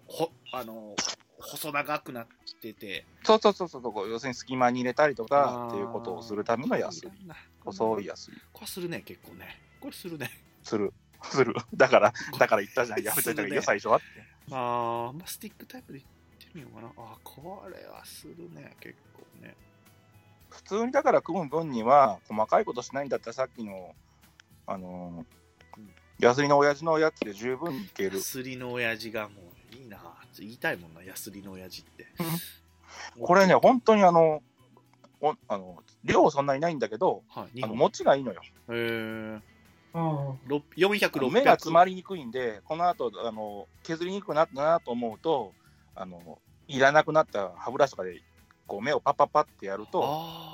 Speaker 2: 細長くなってて。
Speaker 3: そう、要するに隙間に入れたりとかっていうことをするためのヤスリ。細いヤスリ。
Speaker 2: これするね、結構ね。これするね。
Speaker 3: する。だから言ったじゃん。やめといた方がいいよ、最初はって。
Speaker 2: まあ、スティックタイプでいってみようかな。これはするね、結構ね。
Speaker 3: 普通にだから組む分には、細かいことしないんだったらさっきの、ヤスリの親父のやつで十分いける。
Speaker 2: ヤスリの親父がもういいな。言いたいもんな、ヤスリの親父って。
Speaker 3: これね、本当に量そんなにないんだけど、
Speaker 2: はい、
Speaker 3: 持ちがいいのよ。
Speaker 2: 400、
Speaker 3: 600目が詰まりにくいんで、この後削りにくくなったなと思うと、いらなくなった歯ブラシとかでこう目をパッパッパってやると、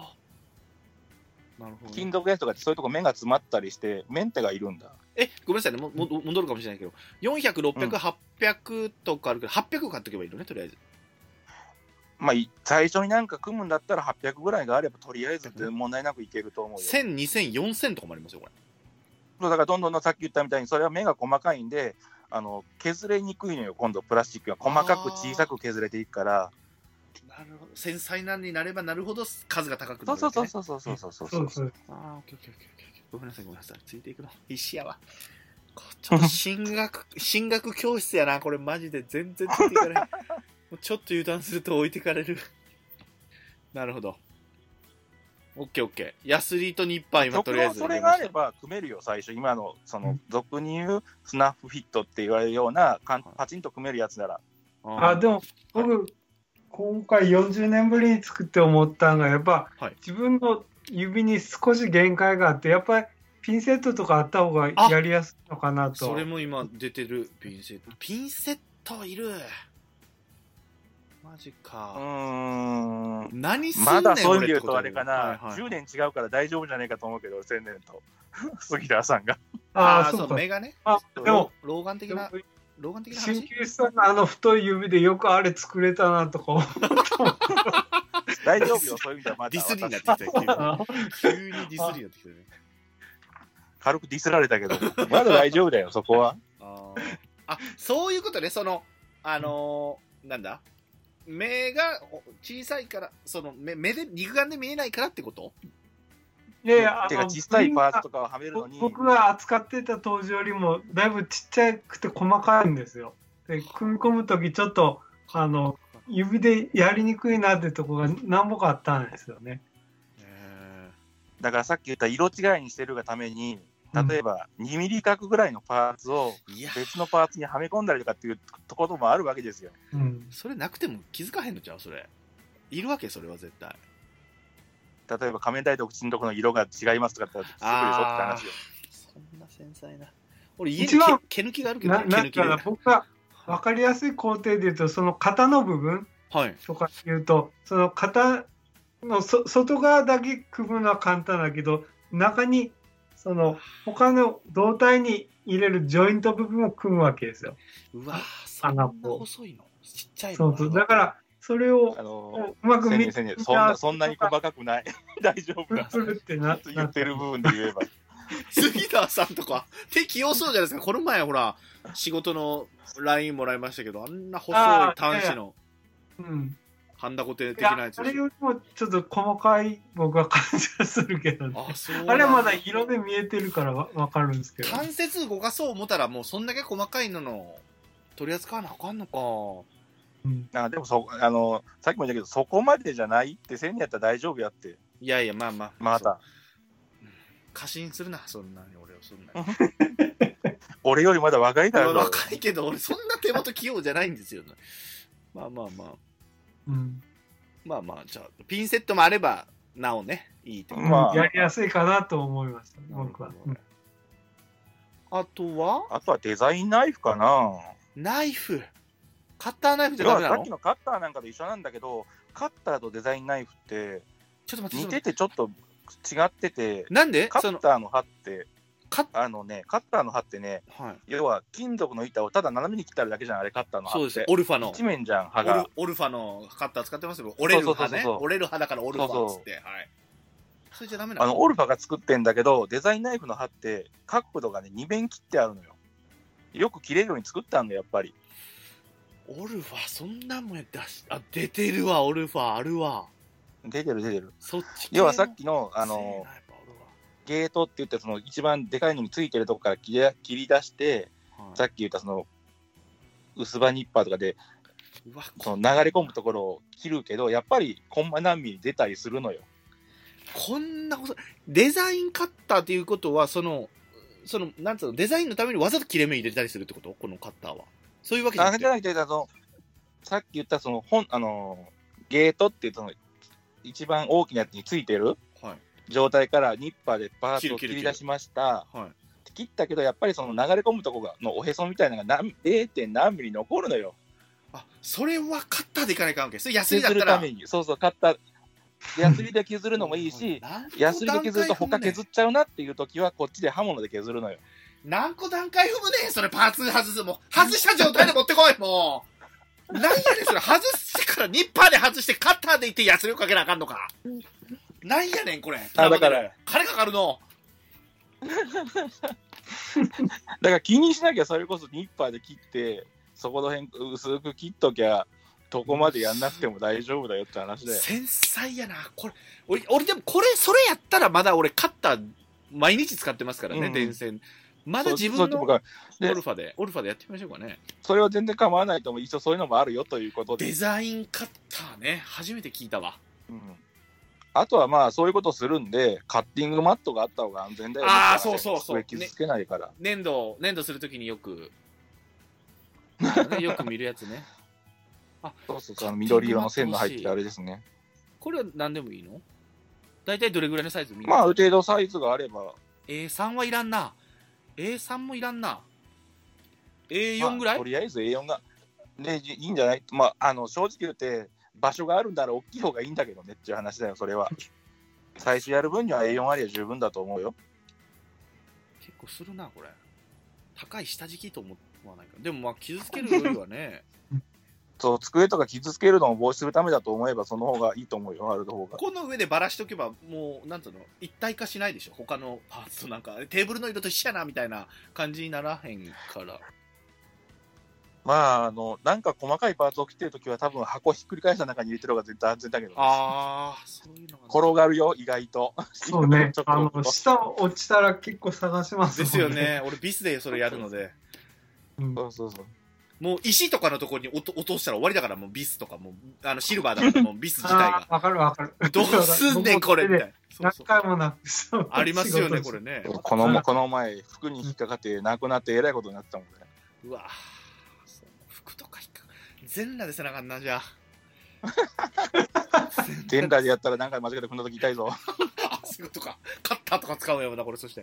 Speaker 2: なるほどね、
Speaker 3: 金属やつとかってそういうとこ目が詰まったりしてメンテがいるんだ。
Speaker 2: ごめんなさいね、戻るかもしれないけど、400、600、800とかあるけど、800買っとけばいいのね、とりあえず。
Speaker 3: まあ、最初になんか組むんだったら800ぐらいがあればとりあえず問題なくいけると思うよ。
Speaker 2: 1000、2000、4000とかもありますよ、これ。
Speaker 3: そうだからどんどんさっき言ったみたいにそれは目が細かいんで削れにくいのよ。今度プラスチックが細かく小さく削れていくから。
Speaker 2: なるほど。繊細なになればなるほど数が高く
Speaker 3: なる、ね。そう。
Speaker 2: ああ、オッケー。ごめんなさい。ついていくの必死やわ。ちょっと進学教室やな、これマジで全然ついていかない。ちょっと油断すると置いてかれる。なるほど。オッケー。ヤスリとニッパー今とりあえず。
Speaker 3: それがあれば組めるよ、最初。今の、俗に言うスナッフフィットって言われるような、パチンと組めるやつなら。
Speaker 4: でも、僕、今回40年ぶりに作って思ったのが、やっぱ、自分の指に少し限界があって、やっぱりピンセットとかあった方がやりやすいのかなと。
Speaker 2: それも今出てる、ピンセット。ピンセットいる。マジか。何すんねん。
Speaker 3: まだそういう意味で言うとあれかな、10年違うから大丈夫じゃないかと思うけど、1000年と杉田さんが。
Speaker 2: そう目がね。
Speaker 4: でも
Speaker 2: 老眼的な話。
Speaker 4: 鍼灸師さんの太い指でよくあれ作れたなとか思う。
Speaker 3: 大丈夫よ、そういう意味ではまだ。
Speaker 2: ディスリーになってきたよ。急にディスリーになってきたね。
Speaker 3: 軽くディスられたけど、まだ大丈夫だよ、そこは。
Speaker 2: そういうことね、なんだ目が小さいから、目で肉眼で見えないからってこと？
Speaker 4: いやいや、
Speaker 3: てか小さいパーツとかをはめるのに、
Speaker 4: 僕が扱ってた当時よりもだいぶちっちゃくて細かいんですよ。で、組み込むときちょっと指でやりにくいなってとこが何ぼかあったんですよね。
Speaker 3: だからさっき言った色違いにしてるがために、例えば2ミリ角ぐらいのパーツを別のパーツにはめ込んだりとかっていうところもあるわけですよ。
Speaker 2: それなくても気づかへんのちゃう？それいるわけ？それは絶対。
Speaker 3: 例えば仮面ライダー口のところの色が違いますとかって言ったらすぐでしょって話よ。
Speaker 2: そんな繊細な。俺家に毛抜きがあるけど、毛抜きで。
Speaker 4: 僕が分かりやすい工程で言うと、その型の部分とか言うと、その型の外側だけ組むのは簡単だけど、中にその他の胴体に入れるジョイント部分を組むわけですよ。
Speaker 2: うわ、そんな細いの？ちっちゃいの？
Speaker 4: そうだからそれをうまく見て、
Speaker 3: そんなに細かくない。大丈夫だ。言ってる部分で言えば。
Speaker 2: 杉田さんとか手器用そうじゃないですか。この前ほら仕事の LINE もらいましたけど、あんな細い端子のハンダコテ的なやつ。
Speaker 4: あれよりもちょっと細かい僕は感じがするけどね。あれはまだ色で見えてるから分かるんですけど。
Speaker 2: 関節動かそう思ったらもうそんだけ細かいのの取り扱わなあかんのか。
Speaker 3: でもさっきも言ったけど、そこまでじゃないって1000人やったら大丈夫やって。
Speaker 2: いやいや、まあ
Speaker 3: また
Speaker 2: 過信するな、そんなに俺をそんなに。
Speaker 3: 俺よりまだ若いだろ。
Speaker 2: 若いけど俺そんな手元器用じゃないんですよね。まあじゃあピンセットもあればなおね、いいって、
Speaker 4: やりやすいかなと思いました僕は。
Speaker 2: あとは
Speaker 3: デザインナイフかな。
Speaker 2: ナイフ、カッターナイフじゃダメなの？
Speaker 3: さっきのカッターなんかと一緒なんだけど、カッターとデザインナイフって
Speaker 2: ちょっと待って、
Speaker 3: 似ててちょっと違ってて、
Speaker 2: なんで
Speaker 3: カッターの刃ってカッターの刃ってね、はい、要は金属の板をただ斜めに切っただけじゃん、あれカッターの刃って。
Speaker 2: そうです。オルファの
Speaker 3: 一面じゃん、刃が。
Speaker 2: オルファのカッター使ってますよ。折れる刃ね。折れる刃だからオルファっつって。はい。それじゃダメなの？
Speaker 3: オルファが作ってんだけど、デザインナイフの刃って角度がね2面切ってあるのよ。よく切れるように作ってあるのやっぱり。
Speaker 2: オルファそんなもん出てるわ、オルファあるわ。
Speaker 3: 出てる。
Speaker 2: そっち
Speaker 3: 要はさっきのゲートって言ったその一番でかいのについてるとこから切り出して、はい、さっき言ったその薄刃ニッパーとかでその流れ込むところを切るけど、やっぱりコンマ何ミリ出たりするのよ。
Speaker 2: こんなことデザインカッターっていうことはそのなんつうのデザインのためにわざと切れ目入れたりするってこと？このカッターはそういうわけじゃなくて。
Speaker 3: じゃなくてさっき言ったそのゲートっていうその一番大きなやつについてる、はい、状態からニッパーでバーッと切り出しました。はい、切ったけどやっぱりその流れ込むところのおへそみたいなのが 0. 何ミリ残るのよ。
Speaker 2: あ、それはカッターでいかないかんわけ。それヤスリだったら
Speaker 3: 削るために。そうカッターヤスリで削るのもいいしヤスリで削ると他削っちゃうなっていう時はこっちで刃物で削るのよ。
Speaker 2: 何個段階踏むねそれ。パーツ外す。もう外した状態で持ってこい。もう何やねんそれ。外してからニッパーで外してカッターでいってヤスリをかけなあかんのか。何やねんこれ。
Speaker 3: だから
Speaker 2: 金かかるの。
Speaker 3: だから気にしなきゃそれこそニッパーで切ってそこの辺薄く切っときゃどこまでやんなくても大丈夫だよって話だよ。
Speaker 2: 繊細やなこれ。俺でもそれやったらまだ俺カッター毎日使ってますからね、電線。まだ自分のオルファでやってみましょうかね。
Speaker 3: それは全然構わないと思う。一応そういうのもあるよということで。
Speaker 2: デザインカッターね、初めて聞いたわ。
Speaker 3: あとはまあそういうことするんでカッティングマットがあった方が安全だよね。
Speaker 2: ああそう。
Speaker 3: 傷つけないから。
Speaker 2: 粘土するときによくよく見るやつね。あ、
Speaker 3: そう緑色の線の入ってるあれですね。
Speaker 2: これは何でもいいの？大体どれぐらいのサイズ？
Speaker 3: まあある程度サイズがあれば。
Speaker 2: A3 はいらんな。A3 もいらんな。A4 ぐらい？
Speaker 3: とりあえず A4 がねいいんじゃない？まあ正直言って場所があるんだら大きい方がいいんだけどねっていう話だよそれは。最初やる分には A4 ありゃ十分だと思うよ。
Speaker 2: 結構するなこれ。高い下敷きと思わないか。でもまあ傷つけるよりはね。
Speaker 3: そう机とか傷つけるのを防止するためだと思えばその方がいいと思うよ。ある方が。
Speaker 2: この上でばらしとけばもうなんつうの一体化しないでしょ。他のパーツとなんかテーブルの色と一緒やなみたいな感じにならへんから。
Speaker 3: まあなんか細かいパーツを切ってるときは多分箱ひっくり返した中に入れてる方が絶対安全だけど、ね。
Speaker 2: ああそういうのが、ね、
Speaker 3: 転がるよ意外と。
Speaker 4: そうね。下落ちたら結構探しますもんね。
Speaker 2: ですよね。俺ビスでそれやるので。
Speaker 3: そう。
Speaker 2: もう石とかのところに落としたら終わりだから、もうビスとかもシルバーだからもうビス自体が。
Speaker 4: わかる。
Speaker 2: どうすんねんこれみたいな。
Speaker 4: 何回もな
Speaker 2: ありますよねこれね。
Speaker 3: この前服に引っかかってなくなってえらいことになってたもんね。
Speaker 2: うわ服とか引っかか全裸でせなあかんなじゃあ。
Speaker 3: 全裸でやったら何回間違えて踏んだ時痛いぞ。
Speaker 2: あそういうことか。カッターとか使うよなこれ。そして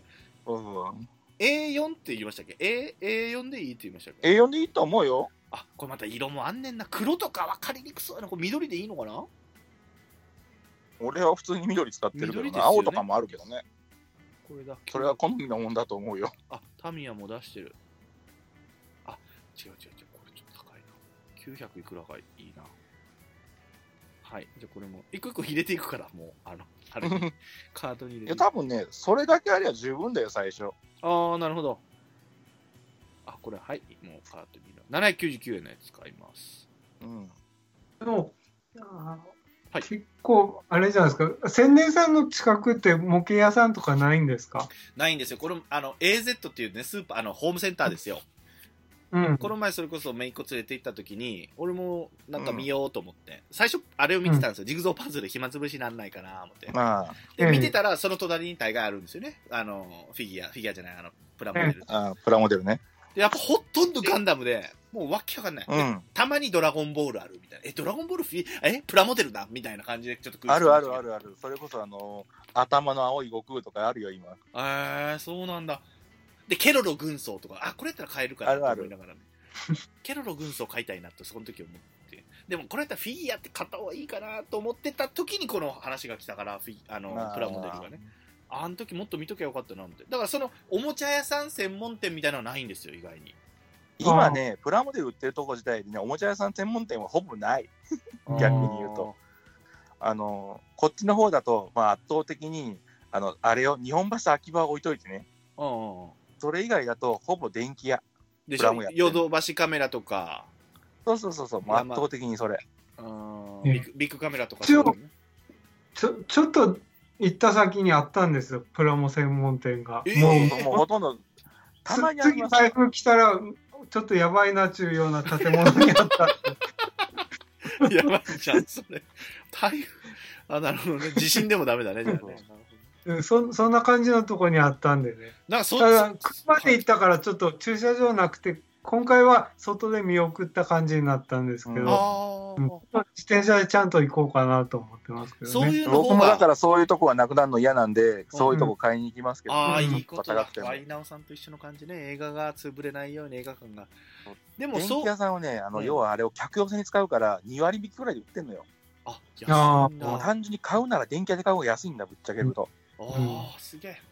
Speaker 2: 。A4 って言いましたっけ？ A4 でいいって言いましたっけ？
Speaker 3: A4 でいいと思うよ。
Speaker 2: あ、これまた色もあんねんな。黒とか分かりにくそうやな。これ緑でいいのかな？
Speaker 3: 俺は普通に緑使ってるけどな、ね、青とかもあるけどね。
Speaker 2: これだけ。
Speaker 3: それは好みのもんだと思うよ。
Speaker 2: あ、タミヤも出してる。あ、違う。これちょっと高いな。900いくらかいいな。はい。じゃあこれも一個一個入れていくから、もうあれカートに入れて。
Speaker 3: いや多分ね、それだけあれば十分だよ最初。
Speaker 2: ああ、なるほど。あ、これはいもうカートに799円のやつ買います。
Speaker 4: でもはい、結構あれじゃないですか。千年さんの近くって模型屋さんとかないんですか？
Speaker 2: ないんですよ。これAZ っていうねスーパーホームセンターですよ。この前それこそ姪っ子連れて行った時に俺もなんか見ようと思って、最初あれを見てたんですよ、ジグゾーパズル暇つぶしになんないかな思って、で見てたらその隣に大概あるんですよね。フィギュアじゃないプラモデル、
Speaker 3: プラモデルね。
Speaker 2: でやっぱほとんどガンダムでもうわけわかんない、たまにドラゴンボールあるみたいな、ドラゴンボールプラモデルだみたいな感じでちょっと
Speaker 3: ある。それこそ頭の青い悟空とかあるよ今。
Speaker 2: そうなんだ。でケロロ軍曹とかこれやったら買えるからと思いながらね。ケロロ軍曹買いたいなとその時思って、 でもこれやったらフィギュアって買った方がいいかなと思ってた時にこの話が来たからプラモデルがね、あの時もっと見ときゃよかったなって。だからそのおもちゃ屋さん専門店みたいなのはないんですよ、意外に。
Speaker 3: 今ね、プラモデル売ってるとこ自体でね、おもちゃ屋さん専門店はほぼない逆に言うとこっちの方だと、まあ、圧倒的にあれを日本橋秋葉を置いといてね、それ以外だとほぼ電気屋
Speaker 2: でしょ、ヨドバシカメラとか。
Speaker 3: そう、もう圧倒的にそれ。
Speaker 2: ビッグカメラとか、
Speaker 4: ちょっと行った先にあったんですよ、プラモ専門店が。
Speaker 3: もうほとんど、たまにあります。
Speaker 4: 次台風来たら、ちょっとやばいなっちゅうような建物にあった。
Speaker 2: やばいじゃん、それ。台風、なるほどね。地震でもダメだね、じゃあね。
Speaker 4: そんな感じのとこにあったんでね。ただ、車で行ったからちょっと駐車場なくて、今回は外で見送った感じになったんですけど、自転車でちゃんと行こうかなと思ってますけどね。
Speaker 3: 僕もだからそういうとこはなくなるの嫌なんで、そういうとこ買いに行きますけど、
Speaker 2: いいことだ。ワイナオさんと一緒の感じね。映画が潰れないように映画館が。
Speaker 3: でも電気屋さんはね、要はあれを客寄せに使うから2割引きぐらいで売ってんのよ。
Speaker 2: 安いんだ。
Speaker 3: 単純に買うなら電気屋で買う方が安いんだ、ぶっちゃけると。
Speaker 2: すげえ。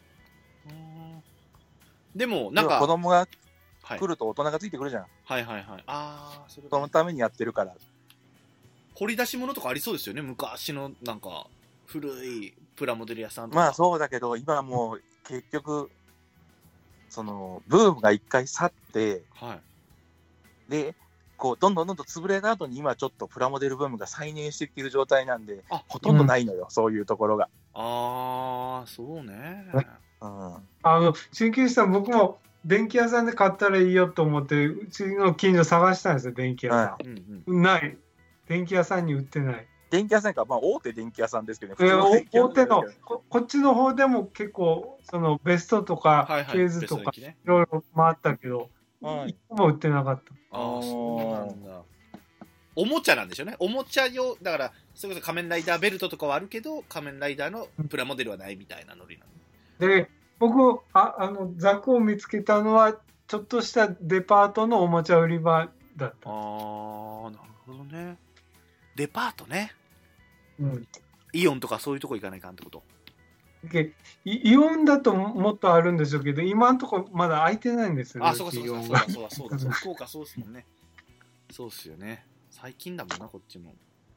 Speaker 2: でもなんか
Speaker 3: 子供が来ると大人がついてくるじゃん。そのためにやってるから。
Speaker 2: 掘り出し物とかありそうですよね、昔のなんか古いプラモデル屋さんとか。
Speaker 3: まあそうだけど、今もう結局そのブームが一回去って、でこうどんどん潰れた後に今ちょっとプラモデルブームが再燃してきている状態なんで、ほとんどないのよ、そういうところが。
Speaker 2: そうね。
Speaker 4: 鍼灸師さん、僕も電気屋さんで買ったらいいよと思って、うちの近所探したんですよ、電気屋さん。ない。電気屋さんに売ってない。
Speaker 3: 電気屋さんか、まあ大手電気屋さんですけど
Speaker 4: ね。大手のこっちの方でも結構、そのベストとかケーズとかいろいろ回ったけど、一個も売ってなかった。
Speaker 2: そうなんだ。おもちゃなんでしょうね。おもちゃ用、だから、それこそ仮面ライダーベルトとかはあるけど、仮面ライダーのプラモデルはないみたいなノリな
Speaker 4: の。で、僕、ザクを見つけたのは、ちょっとしたデパートのおもちゃ売り場だった。
Speaker 2: なるほどね。デパートね。
Speaker 4: うん。
Speaker 2: イオンとかそういうとこ行かないかんってこと？
Speaker 4: イオンだともっとあるんでしょうけど、今のところまだ開いてないんですよね。
Speaker 2: そうだ。福岡そうですもんね。そうっすよね。最近だもんな、こっちも。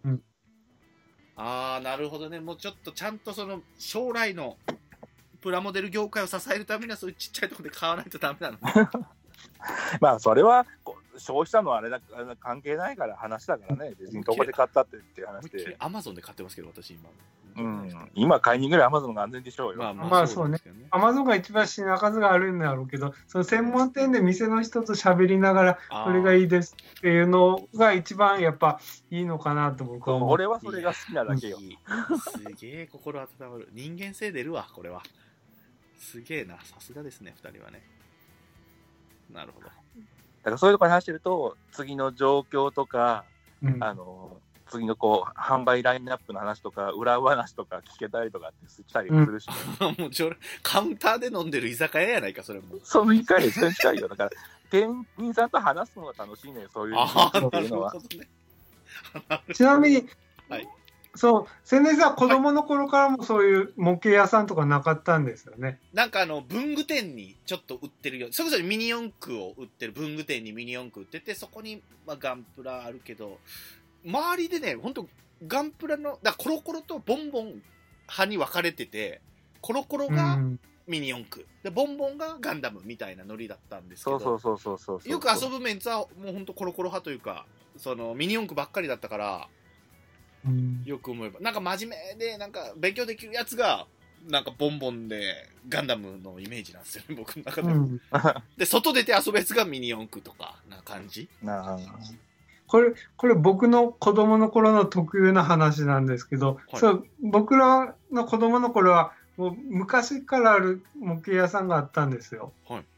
Speaker 2: なるほどね。もうちょっとちゃんとその将来のプラモデル業界を支えるためにはそういうちっちゃいところで買わないとダメなの。
Speaker 3: まあそれは消費者のあれだ関係ないから話だからね。別にどこで買ったっていう話で。
Speaker 2: アマゾンで買ってますけど、私今。
Speaker 3: 今買いにぐらいアマゾンが安全でしょうよ。
Speaker 4: まあそうね。アマゾンが一番品数があるんだろうけど、その専門店で店の人と喋りながらこれがいいですっていうのが一番やっぱいいのかなと僕は思う。
Speaker 3: 俺はそれが好きなだけよ。
Speaker 2: すげえ心温まる。人間性出るわ、これは。すげえな、さすがですね、2人はね。なるほど。だ
Speaker 3: からそういうところに話してると、次の状況とか、次のこう販売ラインナップの話とか裏話とか聞けたりとかってしたりするし、
Speaker 2: もうカウンターで飲んでる居酒屋やないか、それも。
Speaker 3: その近い、それ近いよ。だから店員さんと話すのが楽しいね、そういうっていうのは。
Speaker 4: ちなみに、千年さん子供の頃からもそういう模型屋さんとかなかったんですよね。
Speaker 2: なんか文具店にちょっと売ってるよ。それこそミニ四駆を売ってる文具店にミニ四駆売ってて、そこにガンプラあるけど、周りでね、ほんとガンプラのコロコロとボンボン派に分かれてて、コロコロがミニ四駆でボンボンがガンダムみたいなノリだったんですけど、よく遊ぶメンツはもうほんとコロコロ派というか、そのミニ四駆ばっかりだったから、よく思えばなんか真面目でなんか勉強できるやつがなんかボンボンでガンダムのイメージなんですよね、僕の中で。で外出て遊ぶやつがミニ四駆とかな感じ。
Speaker 4: これ僕の子供の頃の特有な話なんですけど、僕らの子供の頃はもう昔からある模型屋さんがあったんですよ。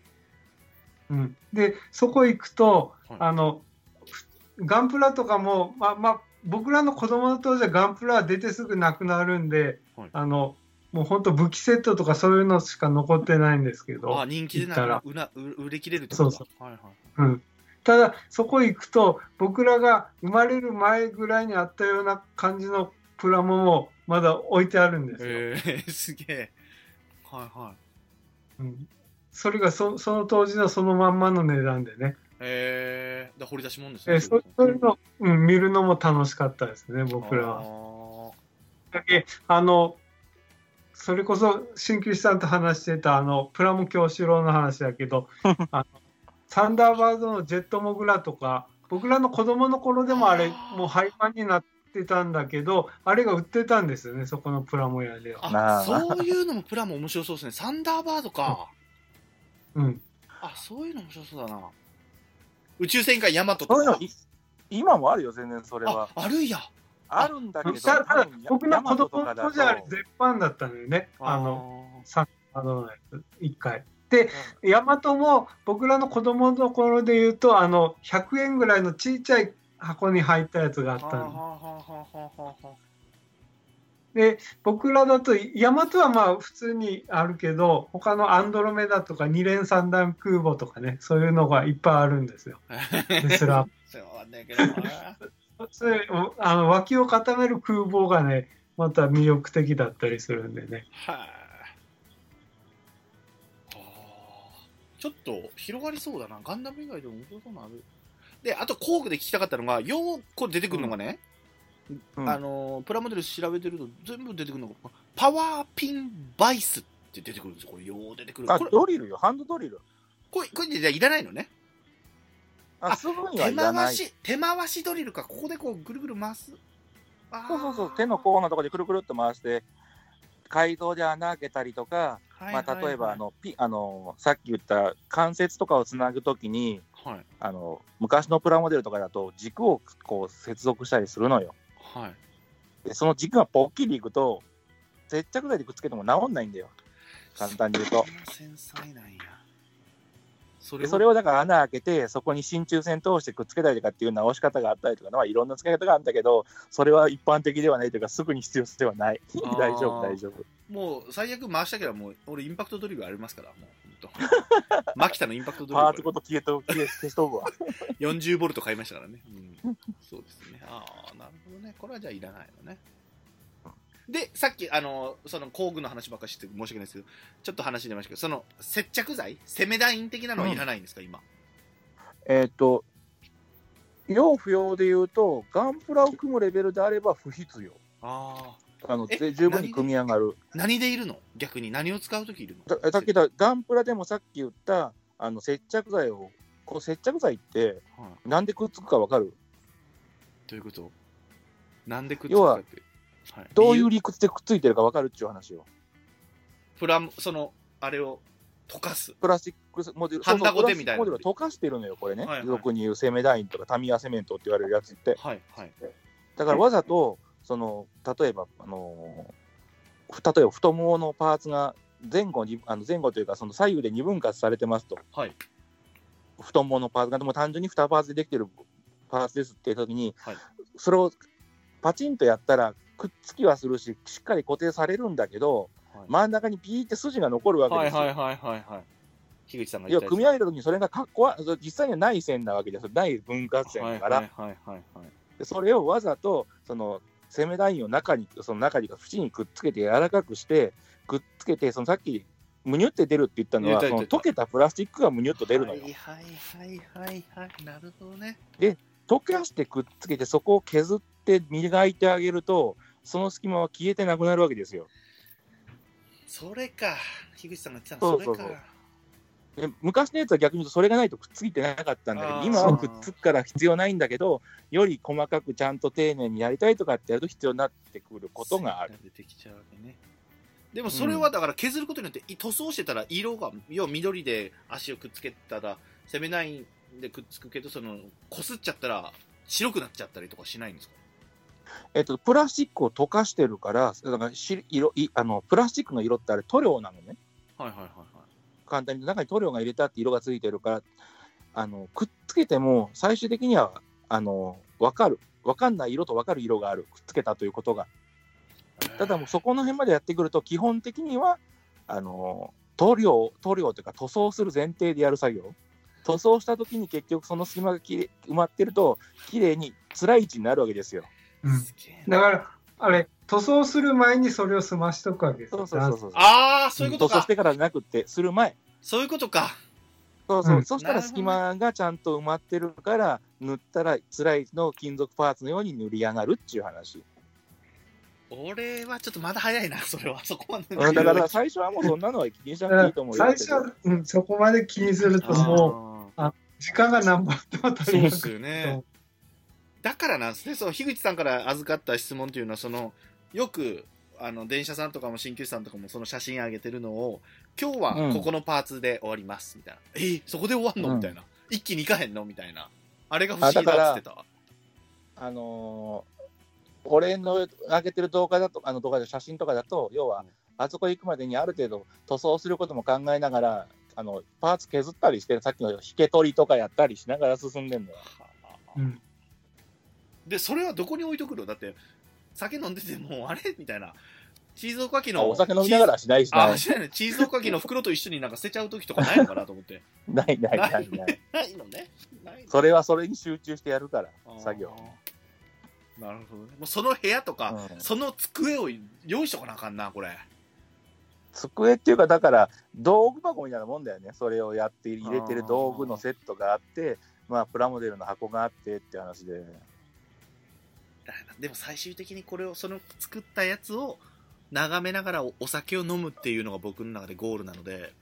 Speaker 4: でそこ行くと、ガンプラとかも僕らの子供の当時はガンプラは出てすぐなくなるんで、もう本当武器セットとかそういうのしか残ってないんですけど、
Speaker 2: 人気で売れ切れるってことだ。
Speaker 4: ただそこ行くと僕らが生まれる前ぐらいにあったような感じのプラモもまだ置いてあるんですよ。
Speaker 2: すげえ。はいはい。
Speaker 4: それがその当時のそのまんまの値段でね。
Speaker 2: だ掘り出し物ですね。
Speaker 4: そういうの、見るのも楽しかったですね、僕らは。だけそれこそ鍼灸師さんと話してたプラモ京志郎の話だけどサンダーバードのジェットモグラとか僕らの子供の頃でもあれもう廃盤になってたんだけどあれが売ってたんですよね、そこのプラモ屋では。
Speaker 2: そういうのもプラモ面白そうですね。サンダーバードか。そういうの面白そうだな。宇宙戦艦ヤマトとか。
Speaker 3: 今もあるよ、全然それは。
Speaker 2: あるんや。
Speaker 3: あるんだけど、
Speaker 4: 僕の子供の当時は絶版だったのよね。サンダーバードのやつ、1回。で、ヤマトも僕らの子供の頃で言うと、100円ぐらいのちっちゃい箱に入ったやつがあったの。で、僕らだと、ヤマトはまあ普通にあるけど、他のアンドロメダとか2連3段空母とかね、そういうのがいっぱいあるんですよ。ですら。脇を固める空母がね、また魅力的だったりするんでね。
Speaker 2: ちょっと広がりそうだな。ガンダム以外でも面白そうなのある。で、あと工具で聞きたかったのが、ようこれ出てくるのがね、プラモデル調べてると全部出てくるのが、パワーピンバイスって出てくるんですよ。これよう出てくる。
Speaker 3: ドリルよ、ハンドドリル。
Speaker 2: これじゃいらないのね。
Speaker 3: すぐにはいらない。
Speaker 2: 手回しドリルか。ここでこうぐるぐる回す。
Speaker 3: そう手の甲のところでくるくるっと回して改造で穴開けたりとか、例えばさっき言った関節とかをつなぐときに、昔のプラモデルとかだと軸をこう接続したりするのよ。でその軸がポッキリいくと接着剤でくっつけても治んないんだよ、簡単に言うと。
Speaker 2: 繊細なんや。
Speaker 3: それをだから穴開けてそこに真鍮線通してくっつけたりとかっていう直し方があったりとか、いろんな使い方があるんだけど、それは一般的ではないというかすぐに必要ではない。大丈夫。
Speaker 2: もう最悪回したけど、もう俺インパクトドリルありますから、もうマキタのインパクトドリル
Speaker 3: パーツごと消しとくわ。
Speaker 2: 40ボルト買いましたからね。そうですね。なるほどね。これはじゃあいらないのね。で、さっき、その工具の話ばっかりして申し訳ないですけど、ちょっと話出ましたけど、その接着剤、セメダイン的なのはいらないんですか、今。
Speaker 3: 要不要で言うと、ガンプラを組むレベルであれば不必要。十分に組み上がる。
Speaker 2: 何でいるの？逆に何を使うときいるの？
Speaker 3: だけど、ガンプラでもさっき言った、接着剤を、接着剤って、なんでくっつくかわかる？
Speaker 2: どういうこと？なんでくっつくかって。
Speaker 3: どういう理屈でくっついてるか分かるっていう話を。
Speaker 2: あれを溶かす。
Speaker 3: プラスチックモデル。
Speaker 2: ハンダゴテみたいな。
Speaker 3: モデルを溶かしてるのよ、これね。俗に言うセメダインとかタミヤセメントって言われるやつって。だからわざと、例えば太もものパーツが前後というか、左右で二分割されてますと。太もものパーツが、でも単純に2パーツでできてるパーツですっていう時に、それをパチンとやったらくっつきはするし、しっかり固定されるんだけど、真ん中にピーって筋が残るわけですよ。
Speaker 2: 樋口さんが
Speaker 3: 言ったやつ。組み上げた時にそれが実際にはない線なわけですよ。ない分割線だから。それをわざとセメダインを中に縁にくっつけて柔らかくしてくっつけて、さっきむにゅって出るって言ったのは溶けたプラスチックがむにゅっと出るのよ。
Speaker 2: なるほどね。
Speaker 3: で溶かしてくっつけてそこを削って磨いてあげると、その隙間は消えてなくなるわけですよ。
Speaker 2: それか、樋口さんが言ってたの。それか。
Speaker 3: で昔のやつは逆に言うとそれがないとくっついてなかったんだけど、今はくっつくから必要ないんだけど、より細かくちゃんと丁寧にやりたいとかってやると必要になってくることがある。
Speaker 2: 出てきちゃうわけね。でもそれはだから削ることによって塗装してたら色が、要は緑で足をくっつけたらセメダインでくっつくけど、こすっちゃったら白くなっちゃったりとかしないんですか？
Speaker 3: プラスチックを溶かしてるから、だからプラスチックの色ってあれ塗料なのね。簡単に中に塗料が入れたって色がついてるから、くっつけても最終的には分かんない色と分かる色がある、くっつけたということが。ただもうそこの辺までやってくると基本的には塗料というか塗装する前提でやる作業。 塗装した時に結局その隙間が埋まってると綺麗に辛い位置になるわけですよ。
Speaker 4: だからあれ塗装する前にそれを済ましとくわけです。そう
Speaker 2: ああ、そういうことか。
Speaker 3: 塗装してからじゃなくてする前。
Speaker 2: そういうことか。
Speaker 3: そしたら隙間がちゃんと埋まってるから塗ったら辛いの金属パーツのように塗り上がるっていう話。
Speaker 2: 俺はちょっとまだ早いな、それは。そこまで。
Speaker 3: だから最初はもうそんなのは気にしなくていいと思うよ。
Speaker 4: 最初は、そこまで気にするともう時間が何本でも足りなくて。そうですよね。
Speaker 2: だからなんですね。そう、樋口さんから預かった質問というのは、よく電車さんとかも鍼灸師さんとかもその写真上げてるのを、今日はここのパーツで終わりますみたいな。そこで終わんのみたいな。一気にいかへんのみたいな。あれが不思議だっつってた。
Speaker 3: 俺の上げてる動画だと、写真とかだと、要は、あそこ行くまでにある程度塗装することも考えながら、パーツ削ったりして、さっきの引け取りとかやったりしながら進んでんのよ。
Speaker 2: で、それはどこに置いとくの？だって、酒飲んでてもあれみたいな。チーズおかきの。
Speaker 3: お酒飲みながらしないしない。
Speaker 2: しないね。チーズおかきの袋と一緒になんか捨てちゃうときとかないのかなと思って。
Speaker 3: ないのね。それはそれに集中してやるから、作業。
Speaker 2: なるほどね。もうその部屋とか、その机を用意しとかなあかんな、これ。
Speaker 3: 机っていうか、だから道具箱みたいなもんだよね。それをやって入れてる道具のセットがあって、プラモデルの箱があってって話で。
Speaker 2: でも最終的にこれを、その作ったやつを眺めながらお酒を飲むっていうのが僕の中でゴールなので。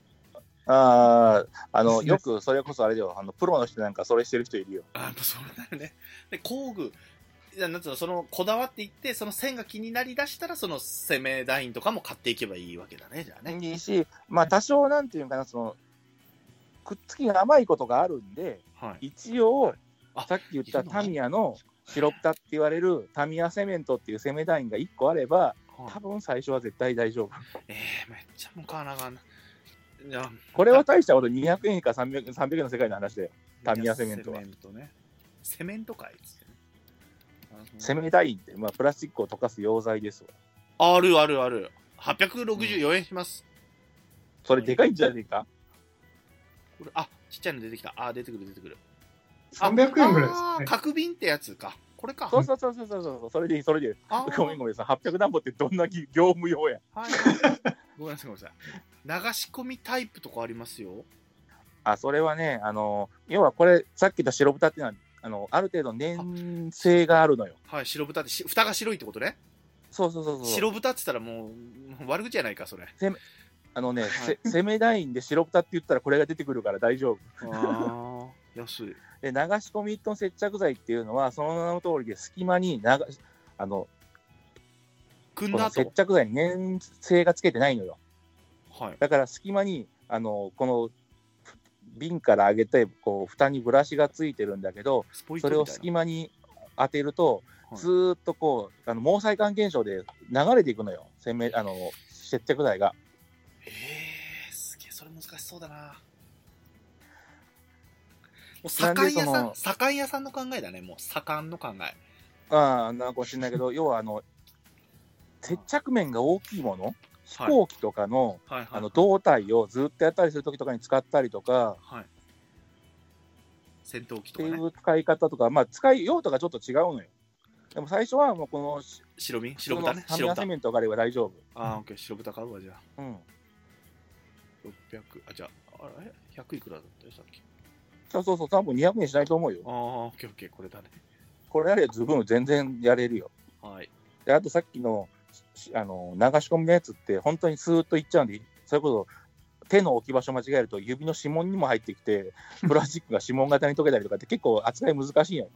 Speaker 3: よくそれこそあれだよ、プロの人なんかそれしてる人いるよ。
Speaker 2: そうだよね。で、工具、なんつうの、そのこだわっていって、その線が気になりだしたら、その攻めラインとかも買っていけばいいわけだね、じゃあね。
Speaker 3: いいし、多少なんていうかな、くっつきが甘いことがあるんで、一応、さっき言ったタミヤの白豚って言われるタミヤセメントっていう攻めラインが1個あれば、多分最初は絶対大丈夫。
Speaker 2: めっちゃもう買わなあかんな。
Speaker 3: これは大したこと200円か300円の世界の話だよ、タミヤセメントは。
Speaker 2: セメントかいっつってね。
Speaker 3: 攻めラインって、プラスチックを溶かす溶剤です
Speaker 2: わ。ある。864円します。
Speaker 3: それでかいんじゃねえか。
Speaker 2: これちっちゃいの出てきた。出てくる。
Speaker 4: 300円ぐらいですね。
Speaker 2: 角瓶ってやつか。これか。
Speaker 3: そう。それでいい。ごめんさ。800何本ってどんな業務用や。
Speaker 2: ごめんなさい。流し込みタイプとかありますよ。
Speaker 3: それはね、要はこれ、さっき言った白豚っていうのは、ある程度粘性があるのよ。
Speaker 2: 白豚って蓋が白いってことね。
Speaker 3: そう。
Speaker 2: 白豚って言ったらもう悪口やないか、それ。
Speaker 3: 攻めラインで白豚って言ったらこれが出てくるから大丈夫。
Speaker 2: 安い。
Speaker 3: で、流し込みと接着剤っていうのは、その名の通りで隙間に接着剤に粘性がつけてないのよ。だから隙間にこの瓶から上げて蓋にブラシがついてるんだけど、それを隙間に当てると、ずーっと毛細管現象で流れていくのよ、接着剤が。
Speaker 2: すげえ、それ難しそうだな。もう左官屋さんの考えだね、もう左官の考え。
Speaker 3: なんかもしれないけど、要は接着面が大きいもの、飛行機とかの胴体をずっとやったりするときとかに使ったりとか、
Speaker 2: 戦闘機とかね。
Speaker 3: っていう使い方とか、使い用途がちょっと違うのよ。でも最初はもうこの
Speaker 2: 白豚ね。
Speaker 3: タミヤセメントがあれば大丈夫。
Speaker 2: オッケー、白豚買うわ、じゃあ。600、じゃあ、100いくらだったよ、さっき。
Speaker 3: そう、多分200円しないと思うよ。
Speaker 2: オッケー、これだね。
Speaker 3: これあれば十分全然やれるよ。で、あとさっきの流し込みのやつって本当にスーッといっちゃうんで、それこそ手の置き場所間違えると指の指紋にも入ってきてプラスチックが指紋型に溶けたりとかって結構扱い難しいよ。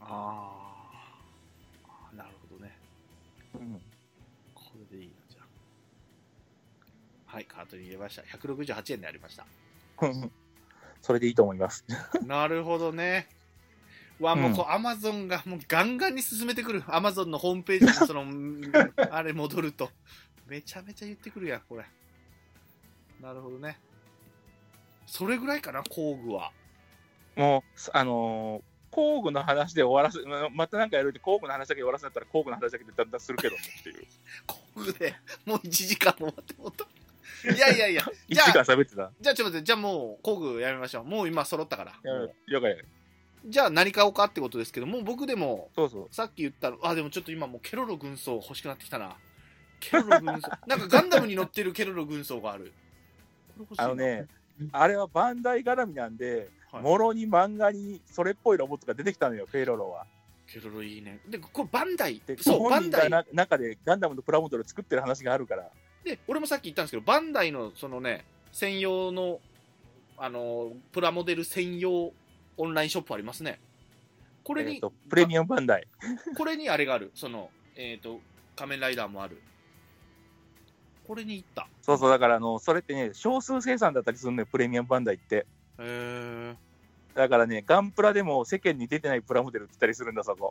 Speaker 2: なるほどね。これでいいな、じゃあ。カートに入れました。168円でありました。
Speaker 3: それでいいと思います。
Speaker 2: なるほどね。もうアマゾンがもうガンガンに進めてくる。アマゾンのホームページにあれ戻るとめちゃめちゃ言ってくるやん、これ。なるほどね。それぐらいかな、工具は。
Speaker 3: もう工具の話で終わらせ、またなんかやるって工具の話だけで終わらせだったら工具の話だけでだんだんするけどもっていう。
Speaker 2: 工具でもう1時間終わってもった。 いやいやいや。
Speaker 3: 1時間喋ってた。
Speaker 2: じゃあちょっと待って、じゃあもう工具やめましょう。もう今揃ったから。
Speaker 3: 了解。
Speaker 2: じゃあ何買おうかってことですけども、僕でも、
Speaker 3: そうそう。
Speaker 2: さっき言ったの、でもちょっと今もうケロロ軍曹欲しくなってきたな。ケロロ軍曹。なんかガンダムに乗ってるケロロ軍曹がある。
Speaker 3: あれはバンダイ絡みなんで、もろに漫画にそれっぽいロボットが出てきたのよ、ケロロは。
Speaker 2: ケロロいいね。で、これバンダイ。
Speaker 3: そう、バンダイ。中でガンダムのプラモデルを作ってる話があるから。
Speaker 2: で、俺もさっき言ったんですけど、バンダイのそのね、専用の、プラモデル専用オンラインショップありますね。これに、
Speaker 3: プレミアムバンダイ。
Speaker 2: これにあれがある。その、仮面ライダーもある。これに行った。
Speaker 3: そうそう、だからそれってね、少数生産だったりするのよ、プレミアムバンダイって。だからね、ガンプラでも世間に出てないプラモデルって言ったりするんだ、そこ。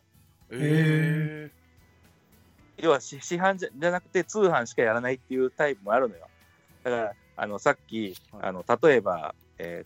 Speaker 3: 要は市販じゃなくて通販しかやらないっていうタイプもあるのよ。だからさっき、例えば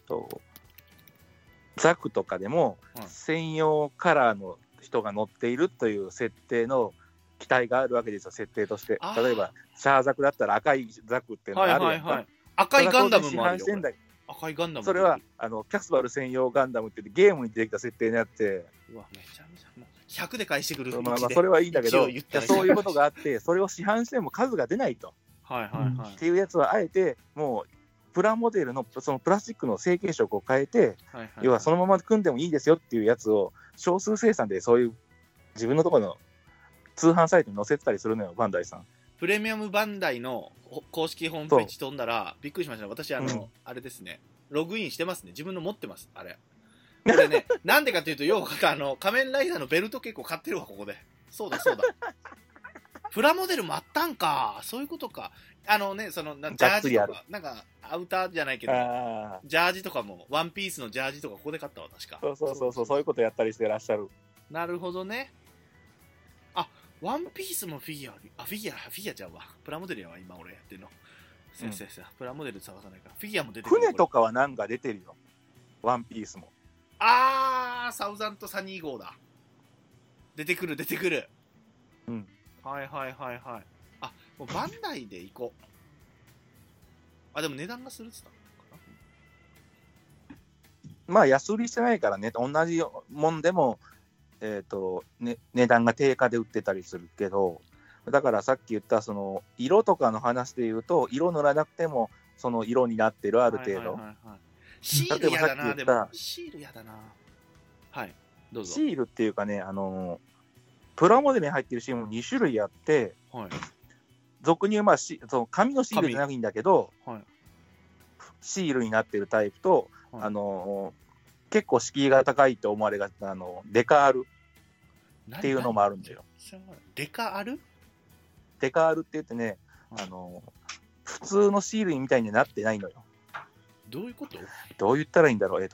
Speaker 3: ザクとかでも専用カラーの人が乗っているという設定の機体があるわけですよ、設定として。例えばシャアザクだったら赤いザクっていうのがあるやんか。
Speaker 2: 赤いガンダムもあるよ。
Speaker 3: 赤いガンダム。それはキャスバル専用ガンダムって言ってゲームに出てきた設定にあって、
Speaker 2: うわ、めちゃめちゃ100で返してくる。
Speaker 3: それはいいんだけど、そういうことがあってそれを市販しても数が出ないと。っていうやつはあえてもうプラモデルのそのプラスチックの成型色を変えて、要はそのまま組んでもいいですよっていうやつを少数生産でそういう自分のところの通販サイトに載せてたりするのよ、バンダイさん。
Speaker 2: プレミアムバンダイの公式ホームページ飛んだらびっくりしました。私あれですね、ログインしてますね。自分の持ってます。あれこれね、なんでかというと、要は仮面ライダーのベルト結構買ってるわ、ここで。そうだプラモデルもあったんか。そういうことか。そのジャージとかなんかアウターじゃないけどジャージとかもワンピースのジャージとかここで買ったわ、確か。
Speaker 3: そういうことやったりしてらっしゃる。
Speaker 2: なるほどね。ワンピースもフィギュアちゃうわ。プラモデルやわ、今俺やってるの。プラモデル探さないから。フィギュアも出てくる。
Speaker 3: 船とかはなんか出てるよ。ワンピースも。
Speaker 2: サウザンとサニー号だ。出てくる。
Speaker 3: うん。
Speaker 2: はい。もうバンダイで行こう。でも値段がするって言ったのかな。
Speaker 3: まあ安売りしてないからね、同じもんでも値段が定価で売ってたりするけど、だからさっき言ったその色とかの話で言うと、色塗らなくてもその色になってる、ある程度。
Speaker 2: シールやだな。でもシールやだな。はい、どうぞ。
Speaker 3: シールっていうかね、プラモデルに入ってるシールも2種類あって、俗に言うその紙のシールじゃないんだけど、シールになってるタイプと、結構敷居が高いと思われがちなデカールっていうのもあるんだよ。
Speaker 2: デカール？
Speaker 3: デカールって言ってね、普通のシールみたいになってないのよ。
Speaker 2: どういうこと？
Speaker 3: どう言ったらいいんだろう。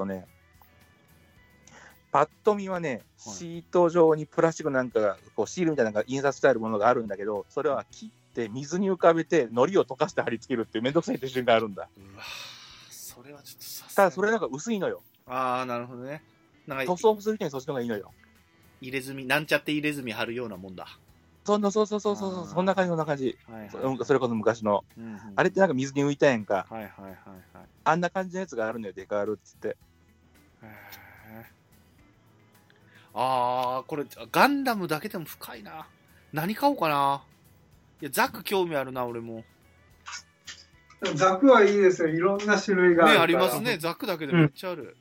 Speaker 3: パッと見はね、シート状にプラスチックなんかがこうシールみたいなのが印刷してあるものがあるんだけど、それは切って水に浮かべて糊を溶かして貼り付けるっていうめんどくさい手順があるんだ。
Speaker 2: うわ、それはちょっとさすがに。
Speaker 3: ただそれなんか薄いのよ。
Speaker 2: なるほどね。
Speaker 3: 塗装する人にそっちの方がいいのよ。
Speaker 2: 入れ墨、なんちゃって入れ墨貼るようなもんだ。
Speaker 3: そんな感じ。それこそ昔の、あれってなんか水に浮いたやんか。あんな感じのやつがあるのよ、デカールっつって。
Speaker 2: これガンダムだけでも深いな。何買おうかな。いや、ザク興味あるな、俺も。
Speaker 4: ザクはいいですよ。いろんな種類があるから。
Speaker 2: ありますね。ザクだけでめっちゃある。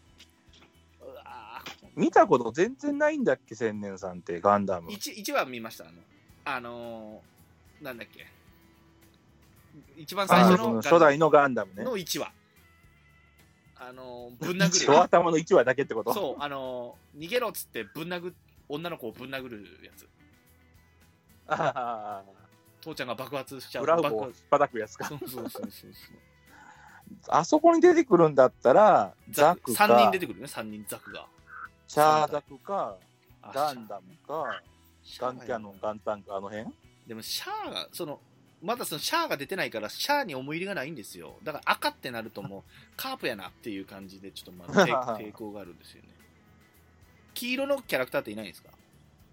Speaker 3: 見たこと全然ないんだっけ、千年さんってガンダム。
Speaker 2: 1話見ました。なんだっけ。一番最初の
Speaker 3: 初代のガンダムね。
Speaker 2: の1話。ぶん殴る。
Speaker 3: 人頭の1話だけってこと？
Speaker 2: そう、逃げろっつって女の子をぶん殴るやつ。父ちゃんが爆発しちゃう。
Speaker 3: 裏を叩くやつか。
Speaker 2: そう。
Speaker 3: あそこに出てくるんだったら、ザクか。
Speaker 2: 3人出てくるね、3人ザクが。
Speaker 3: シャーザクか、ガンダムか、ガンキャノン、ガンタンか、あの辺？
Speaker 2: でもシャアが、まだシャアが出てないから、シャアに思い入れがないんですよ。だから赤ってなるともう、カープやなっていう感じで、ちょっとまだ抵抗があるんですよね。黄色のキャラクターっていないんですか？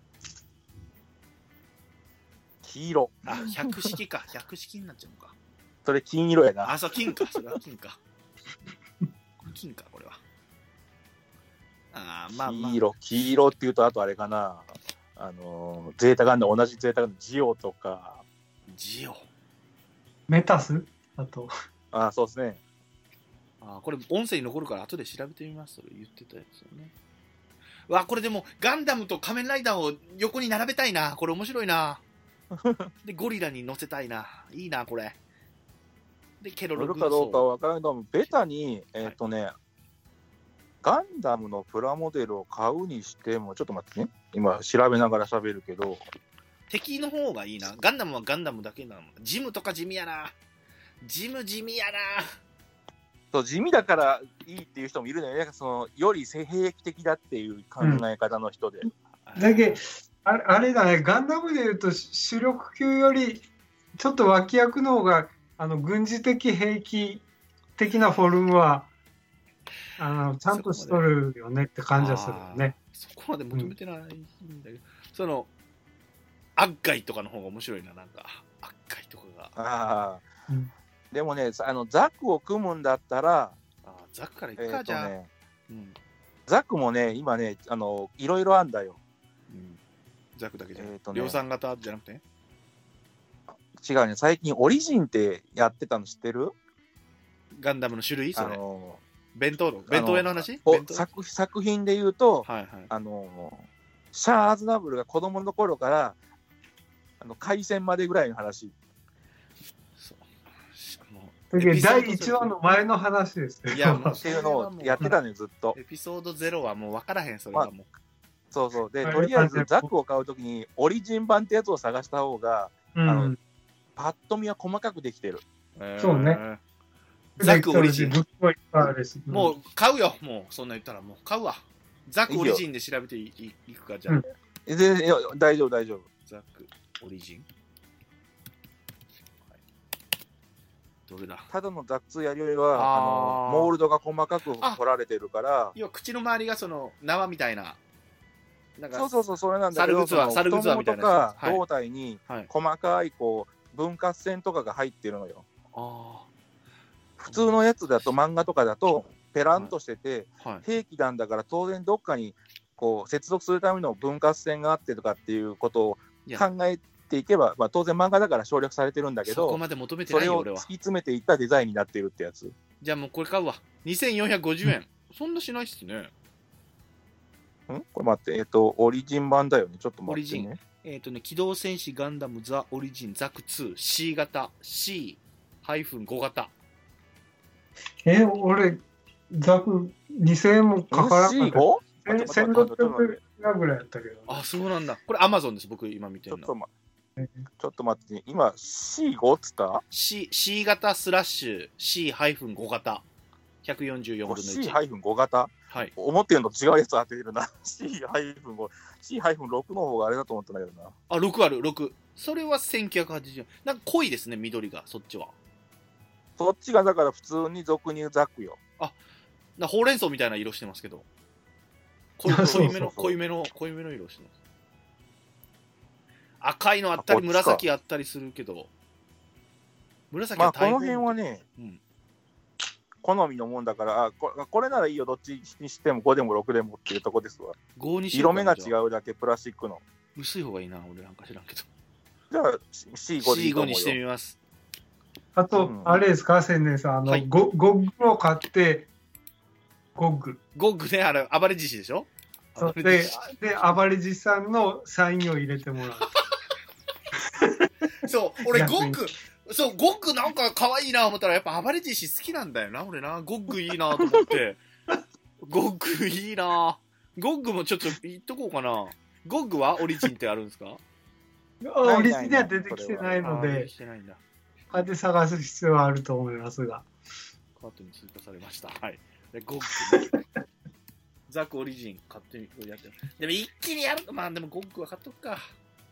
Speaker 3: 黄色。
Speaker 2: 百式か。百式になっちゃうのか。
Speaker 3: それ金色やな。
Speaker 2: あ、そう、金か。それは金か。金か、これは。あ、まあまあ。
Speaker 3: 黄色って言うと、あとあれかな。ゼータガンダム、同じゼータガンダム、ジオとか。
Speaker 2: ジオ。
Speaker 4: メタスあと。
Speaker 3: あ、そうですね。
Speaker 2: あ、これ音声に残るから後で調べてみます。それ言ってたやつよね。わ、これでもガンダムと仮面ライダーを横に並べたいな。これ面白いな。で、ゴリラに乗せたいな。いいな、これ。で、ケロロ軍曹。
Speaker 3: 乗るかどうかは分からないけど、ベタに、ガンダムのプラモデルを買うにしても、ちょっと待ってね。今、調べながら喋るけど。
Speaker 2: 敵の方がいいな。ガンダムはガンダムだけなの。ジムとか地味やな。ジム地味やな。
Speaker 3: そう、地味だからいいっていう人もいるのよね。より兵器的だっていう考え方の人で。
Speaker 4: だけあれだね、ガンダムでいうと主力級よりちょっと脇役の方が軍事的兵器的なフォルムはちゃんとしとるよねって感じはするよね。
Speaker 2: そこまで求めてないんだけど、アッガイとかの方が面白いな、なんかアッガイとかが。
Speaker 3: でもね、ザクを組むんだったら、
Speaker 2: ザクからいくか、じゃあ。
Speaker 3: ザクもね、今ね、いろいろあんだよ。
Speaker 2: ザクだけじゃ量産型じゃなくて？
Speaker 3: 違うね、最近オリジンってやってたの知ってる？
Speaker 2: ガンダムの種類？それ。弁当屋の話？
Speaker 3: 作品で言うと、シャア・アズナブルが子供の頃から海戦までぐらいの話。
Speaker 4: 第1話の前の話ですね。
Speaker 2: いや、もう
Speaker 3: っていうのをやってたのよ、ずっと。
Speaker 2: エピソード0はもう分からへん、それはもう。
Speaker 3: そうそう。で、とりあえずザクを買うときに、オリジン版ってやつを探した方が、パッと見は細かくできてる。
Speaker 4: そうね。
Speaker 2: ザクオリジン。もう買うよ、もう。そんな言ったらもう買うわ。ザクオリジンで調べていくか、じゃあ。
Speaker 3: 大丈夫、大丈夫。
Speaker 2: ザクオリジン。どれだ？
Speaker 3: ただのザク2やるよりはモールドが細かく彫られてるから、
Speaker 2: 要は口の周りが縄みたいな、
Speaker 3: なんかそうそれなんだけど、
Speaker 2: 猿グツワみたいなやつ、
Speaker 3: 胴体に細かい分割線とかが入ってるのよ。普通のやつだと、漫画とかだとペランとしてて、兵器なんだから当然どっかに接続するための分割線があってとかっていうことを考えていけば、当然漫画だから省略されてるんだけど、
Speaker 2: そこまで求めてないよ、俺は。
Speaker 3: それを突き詰めていったデザインになっているってやつ。
Speaker 2: じゃあもうこれ買うわ。2450円。そんなしないっすね。
Speaker 3: これ待って、オリジン版だよね。ちょっと待ってね。
Speaker 2: 機動戦士ガンダムザ・オリジンザク2 C 型 C-5 型。
Speaker 4: 俺、ザク2000円もかからなかった。1600円ぐらいやったけど。
Speaker 2: あ、そうなんだ。これ Amazon です、僕今見てるの。
Speaker 3: ちょっと待ってね。今 C5 っつった
Speaker 2: C 型スラッシュ C-5 型。144分の1。
Speaker 3: C-5 型、はい、思ってるのと違うやつ当ててるな。C-5、C-6 の方があれだと思ったんだけどな。
Speaker 2: あ、6ある、6。それは1980円。なんか濃いですね、緑が、そっちは。
Speaker 3: そっちがだから普通に俗にザクよ。
Speaker 2: あ、ほうれん草みたいな色してますけど。濃いめの色してます。赤いのあったり、紫あったりするけど。紫は大変。
Speaker 3: この辺はね、好みのもんだから、これならいいよ、どっちにしても5でも6でもっていうとこですわ。色目が違うだけ、プラスチックの。
Speaker 2: 薄い方がいいな、俺なんか知らんけど。
Speaker 3: じゃあ C5 でいいと思うよ。
Speaker 2: C5 にしてみます。
Speaker 4: あと、あれですか、千年さん、ゴッグを買って、ゴッグ
Speaker 2: ね、暴れ獅子でしょ。
Speaker 4: で、暴れ獅子さんのサインを入れてもら
Speaker 2: う。そう、俺ゴッグなんか可愛いな思ったら、やっぱ暴れ獅子好きなんだよな、俺な。ゴッグいいなと思って。ゴッグいいな。ゴッグもちょっと言っとこうかな。ゴッグはオリジンってあるんですか？
Speaker 4: オリジンでは出てきてないので、派手探す必要はあると思いますが。
Speaker 2: カートに追加されました。はい。でゴッグ、ね、ザクオリジン買ってやってる。でも一気にやると、でもゴッグは買っとくか。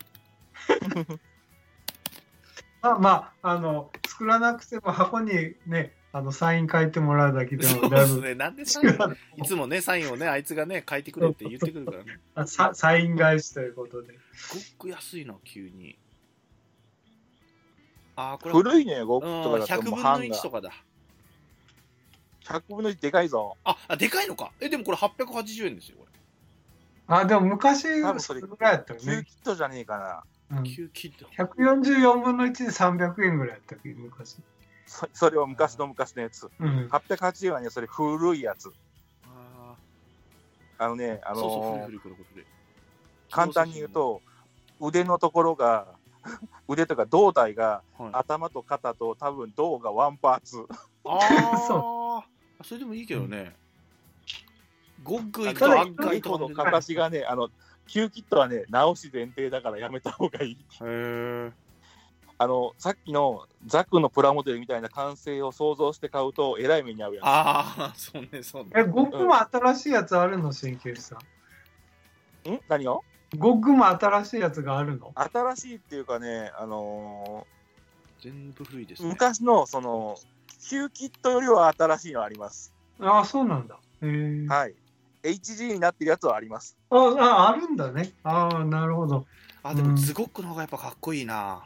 Speaker 4: 作らなくても箱にね、サイン書いてもらうだけでも
Speaker 2: そうですね。なんでサインいつもね、サインをね、あいつがね、書いてくれって言ってくるからね。
Speaker 4: サイン返しということで。
Speaker 2: ゴッグ安いな、急に。 あ、これ
Speaker 3: 古いね、ゴックとかだと
Speaker 2: 100分の1とかだ。
Speaker 3: 100分の1でかいぞ。
Speaker 2: でかいのか。でもこれ880円ですよ、こ
Speaker 4: れ。でも昔、
Speaker 3: それぐ
Speaker 4: らいやったよね。
Speaker 3: 9キットじゃねえかな。
Speaker 2: 9キット。
Speaker 4: 144分の1で300円ぐらいやったっけ、昔。
Speaker 3: それは昔のやつ。880円はね、それ古いやつ。簡単に言うと、腕のところが、腕とか胴体が、頭と肩と多分胴がワンパーツ。
Speaker 2: それでもいいけどね。ゴック行くと案外
Speaker 3: との形がね、9キットはね、直し前提だからやめた方がいい。さっきのザクのプラモデルみたいな完成を想像して買うとえらい目に遭うやつ。
Speaker 2: そうね、そうね。
Speaker 4: ゴックも新しいやつあるの、鍼灸師さん。
Speaker 3: 何を？
Speaker 4: ゴックも新しいやつがあるの？
Speaker 3: 新しいっていうかね、
Speaker 2: 全部古いですね。
Speaker 3: 昔のその9キットよりは新しいのあります。
Speaker 4: そうなんだ。
Speaker 3: はい。HG になってるやつはあります。
Speaker 4: あるんだね。なるほど。
Speaker 2: でもズゴックの方がやっぱかっこいいな。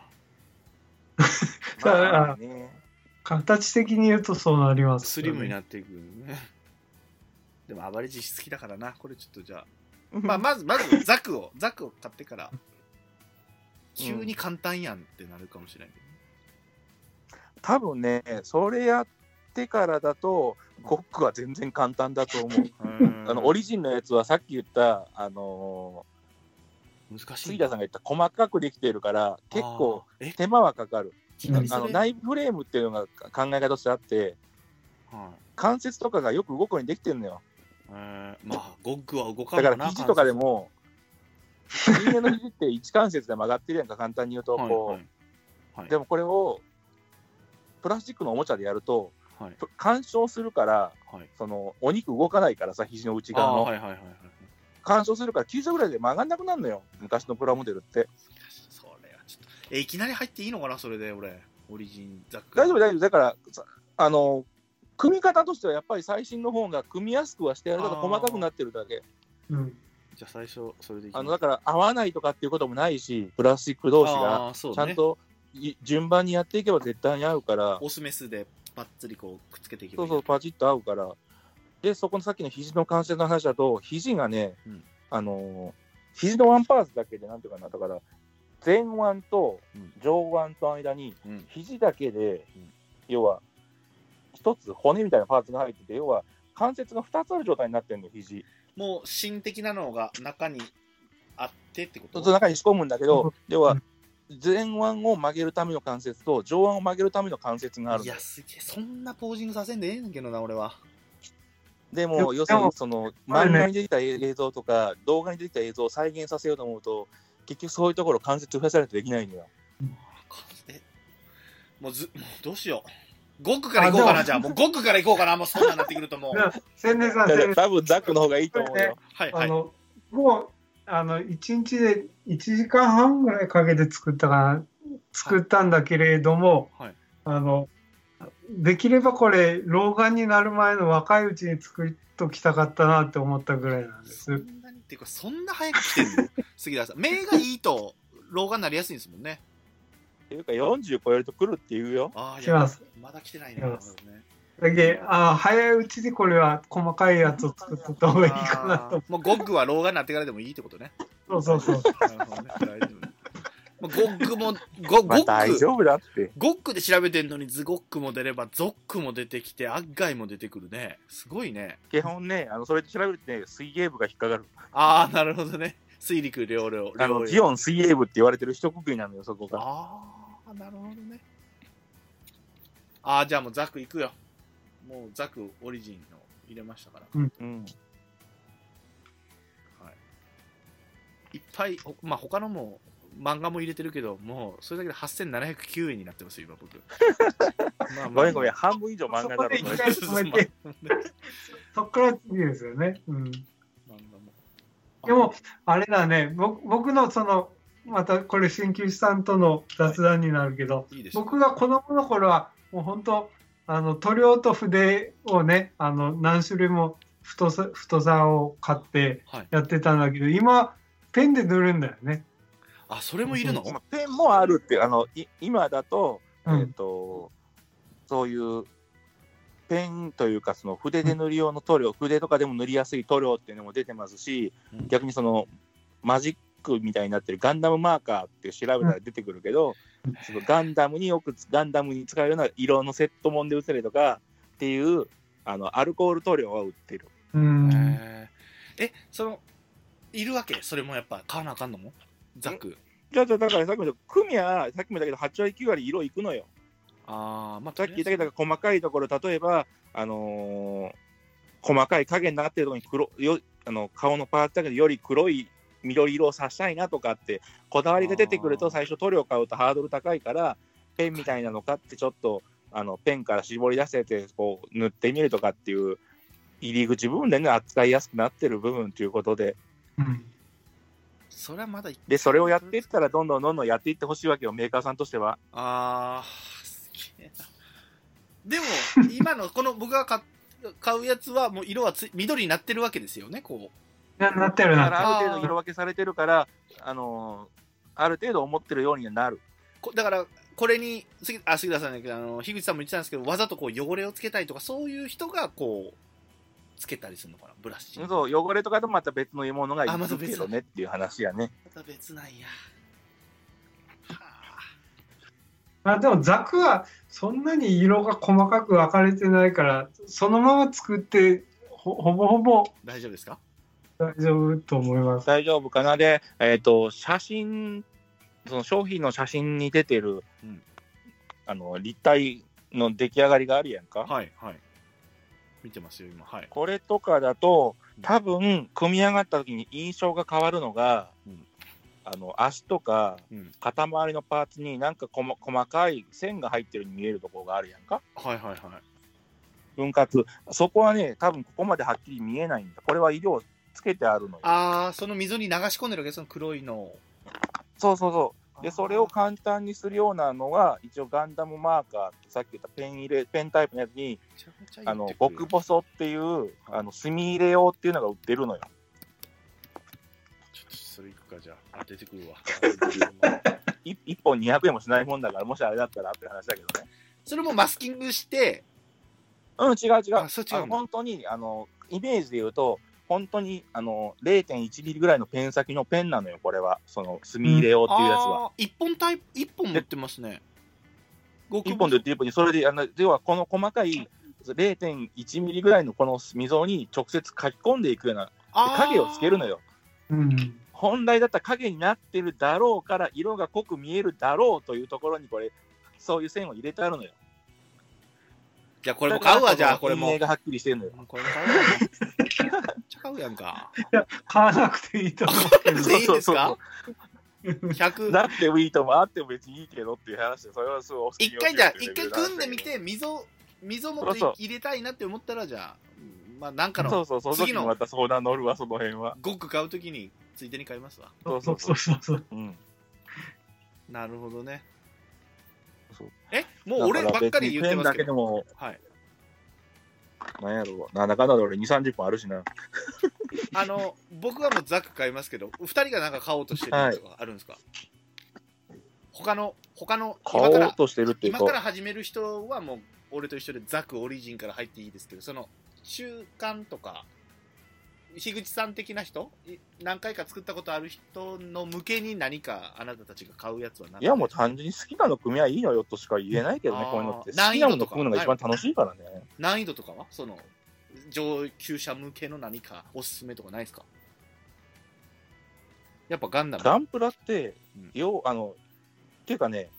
Speaker 4: 形的に言うとそうなります、
Speaker 2: スリムになっていくね。でも暴れ実質好きだからな。これちょっとじゃあまずザクを買ってから急に簡単やんってなるかもしれないけど、
Speaker 3: 多分ね、それやってからだとゴックは全然簡単だと思う。オリジンのやつはさっき言った
Speaker 2: 難しい。
Speaker 3: 杉田さんが言った細かくできてるから結構手間はかかる。内部フレームっていうのが考え方としてあって、関節とかがよく動くようにできてるのよ。
Speaker 2: ゴックは動かない。
Speaker 3: だから肘とかでも人間の肘って1関節で曲がってるやんか、簡単に言うとこう。でもこれをプラスチックのおもちゃでやると干渉するから、そのお肉動かないからさ、肘の内側の干渉するから90度ぐらいで曲がんなくなるのよ、昔のプラモデルって。
Speaker 2: それはちょっといきなり入っていいのかな、それで俺オリジンザック。
Speaker 3: 大丈夫だから組み方としてはやっぱり最新の方が組みやすくはしてやるから細かくなってるだけ。
Speaker 2: じゃあ最初それでいきます。
Speaker 3: だから合わないとかっていうこともないし、プラスチック同士がちゃんと順番にやっていけば絶対に合うから。
Speaker 2: オスメスでパッツリこうくっつけていけばいい。
Speaker 3: そうパチッと合うから。でそこのさっきの肘の関節の話だと、肘がね、肘のワンパーツだけでなんていうかな、だから前腕と上腕と間に肘だけで、要は一つ骨みたいなパーツが入ってて、要は関節が2つある状態になってるのよ、肘。
Speaker 2: もう芯的なのが中にあってってこと？
Speaker 3: 中に仕込むんだけど、要は前腕を曲げるための関節と上腕を曲げるための関節がある。
Speaker 2: いやすげえ、そんなポージングさせんでええんだけどな、俺は。
Speaker 3: でも要するにその漫画に出てきた映像とか動画に出てきた映像を再現させようと思うと、結局そういうところ関節増やさないとできないのよ。
Speaker 2: もうどうしよう。ゴックから行こうかな。じゃあもうゴックから行こうかな。もうそんなんなってくるともう
Speaker 4: 千年さ
Speaker 3: ん多分ザックの方がいいと思うよ。
Speaker 4: もう1日で1時間半ぐらいかけて作ったんだけれども、できればこれ老眼になる前の若いうちに作りときたかったなって思ったぐらいなんです。
Speaker 2: そんなにっていうか、そんな早く来てんの杉田さん。目がいいと老眼になりやすいんですもんね。
Speaker 3: っていうか40超えると来るって言うよ。
Speaker 4: 来ます。
Speaker 2: まだ来てないね。
Speaker 4: だけ早いうちにこれは細かいやつを作ってた方がいいかなと。
Speaker 2: もうゴックは老眼になってからでもいいってことね。
Speaker 4: そう。なるほどね。
Speaker 2: 大丈夫。ゴックもゴック
Speaker 3: 大丈夫だって。
Speaker 2: ゴックで調べてんのにズゴックも出ればゾックも出てきてアッガイも出てくるね。すごいね。
Speaker 3: 基本ね、それで調べるとね、水泳部が引っかかる。
Speaker 2: なるほどね。水陸両用。
Speaker 3: ジオン水泳部って言われてる一括りなのよ、そこが。
Speaker 2: なるほどね。じゃあもうザク行くよ。もうザクオリジンの入れましたから。いっぱい他のも漫画も入れてるけど、もうそれだけで8709円になってますよ今僕。
Speaker 3: ごめん、半分以上漫画だろ。
Speaker 4: そっから次ですよね。でもあれだね、僕のそのまたこれ鍼灸師さんとの雑談になるけど、僕が子供の頃はもう本当塗料と筆をね、何種類も太さを買ってやってたんだけど、今ペンで塗るんだよね。
Speaker 2: それもいるの？
Speaker 3: ペンもあるって今だとそういうペンというかその筆で塗る用の塗料、筆とかでも塗りやすい塗料っていうのも出てますし、逆にそのマジックみたいになってるガンダムマーカーって調べたら出てくるけど、そのガンダムに使えるような色のセットもんで売ったりとかっていうアルコール塗料は売ってる。
Speaker 2: そのいるわけ？それもやっぱ買わなあかんのもザク。
Speaker 3: じゃあだからさっきも言ったけど8割9割色いくのよ。
Speaker 2: まあ、
Speaker 3: さっき言ったけど細かいところ、例えば細かい影になってるところに顔のパーツだけどより黒い緑色をさしたいなとかってこだわりが出てくると、最初塗料買うとハードル高いから、ペンみたいなの買ってちょっとペンから絞り出せてこう塗ってみるとかっていう入り口部分でね、扱いやすくなってる部分ということで、
Speaker 2: それはまだ
Speaker 3: でそれをやっていったらどんどんやっていってほしいわけよ、メーカーさんとしては。
Speaker 2: すげえな。でも今のこの僕が買うやつはもう色は緑になってるわけですよね。こう
Speaker 4: なってる
Speaker 3: だからある程度色分けされてるからある程度思ってるようになる。
Speaker 2: だからこれに杉田さんだけど樋口さんも言ってたんですけど、わざとこう汚れをつけたいとかそういう人がこうつけたりするのかな、ブラシ。
Speaker 3: そう汚れとかとまた別のものがいるけどねっていう話やね。
Speaker 2: また別なんや。
Speaker 4: でもザクはそんなに色が細かく分かれてないからそのまま作ってほぼほぼ
Speaker 2: 大丈夫ですか？
Speaker 4: 大丈夫と思います。
Speaker 3: 大丈夫かな。で、写真、その商品の写真に出てる、立体の出来上がりがあるやんか。
Speaker 2: はいはい。見てますよ今。はい。
Speaker 3: これとかだと多分組み上がった時に印象が変わるのが、足とか肩周りのパーツになんか細かい線が入ってるように見えるところがあるやんか。
Speaker 2: はいはいはい。
Speaker 3: 分割。そこはね、多分ここまではっきり見えないんだ。これは色をつけてあるのよ。
Speaker 2: その溝に流し込んでるわけ、その黒いのを。
Speaker 3: そうでそれを簡単にするようなのが一応ガンダムマーカーってさっき言ったペンタイプのやつに極細っていう墨入れ用っていうのが売ってるのよ。
Speaker 2: ちょっとそれいくか。じゃあ出てくるわ。
Speaker 3: 1本200円もしないもんだから、もしあれだったらって話だけどね。
Speaker 2: それもマスキングして
Speaker 3: 違う
Speaker 2: 本
Speaker 3: 当にイメージで言うと本当に0.1 ミリぐらいのペン先のペンなのよ、これは。その墨入れ用っていうやつは。
Speaker 2: 1本持ってますね。
Speaker 3: 1本で売ってる分に、それで要はこの細かい 0.1 ミリぐらいのこの溝に直接書き込んでいくような影をつけるのよ。本来だったら影になってるだろうから色が濃く見えるだろうというところにそういう線を入れてあるのよ。
Speaker 2: じゃあこれも買うわ。じゃあこれも
Speaker 3: 陰影がはっきりしてるのよ。
Speaker 2: これも買うわ。めっちゃ買うやんか。
Speaker 4: いや買わなくていいと思うけど。
Speaker 2: いいですか？100
Speaker 3: なくてもいいともあっても別にいいけどっていう話で、それはすごいお好きに。
Speaker 2: 一回組んでみて溝も入れたいなって思ったら、じゃあなんかの
Speaker 3: その時にまた相談乗るわ、その辺は。
Speaker 2: 5区買うときについでに買いますわ。
Speaker 4: そう。
Speaker 2: なるほどね。もう俺ばっかり言ってますけど。ペンだけでも、はい。
Speaker 3: なんやろう、なんだかんだで俺2、30分あるしな。
Speaker 2: 僕はもうザク買いますけど、2人がなんか買おうとしてるのとかあるんですか？他の
Speaker 3: 買おうとしてるっていうか、
Speaker 2: 今から始める人はもう俺と一緒でザクオリジンから入っていいですけど、その中間とか樋口さん的な人、何回か作ったことある人の向けに何かあなたたちが買うやつは何？
Speaker 3: いやもう単純に好きなの組みはいいのよとしか言えないけどね、こういうのって。好きなもの組むのが一番楽しいからね。
Speaker 2: 難易度とかはその上級者向けの何かおすすめとかないですか？やっぱガン
Speaker 3: プラって、っていうかね、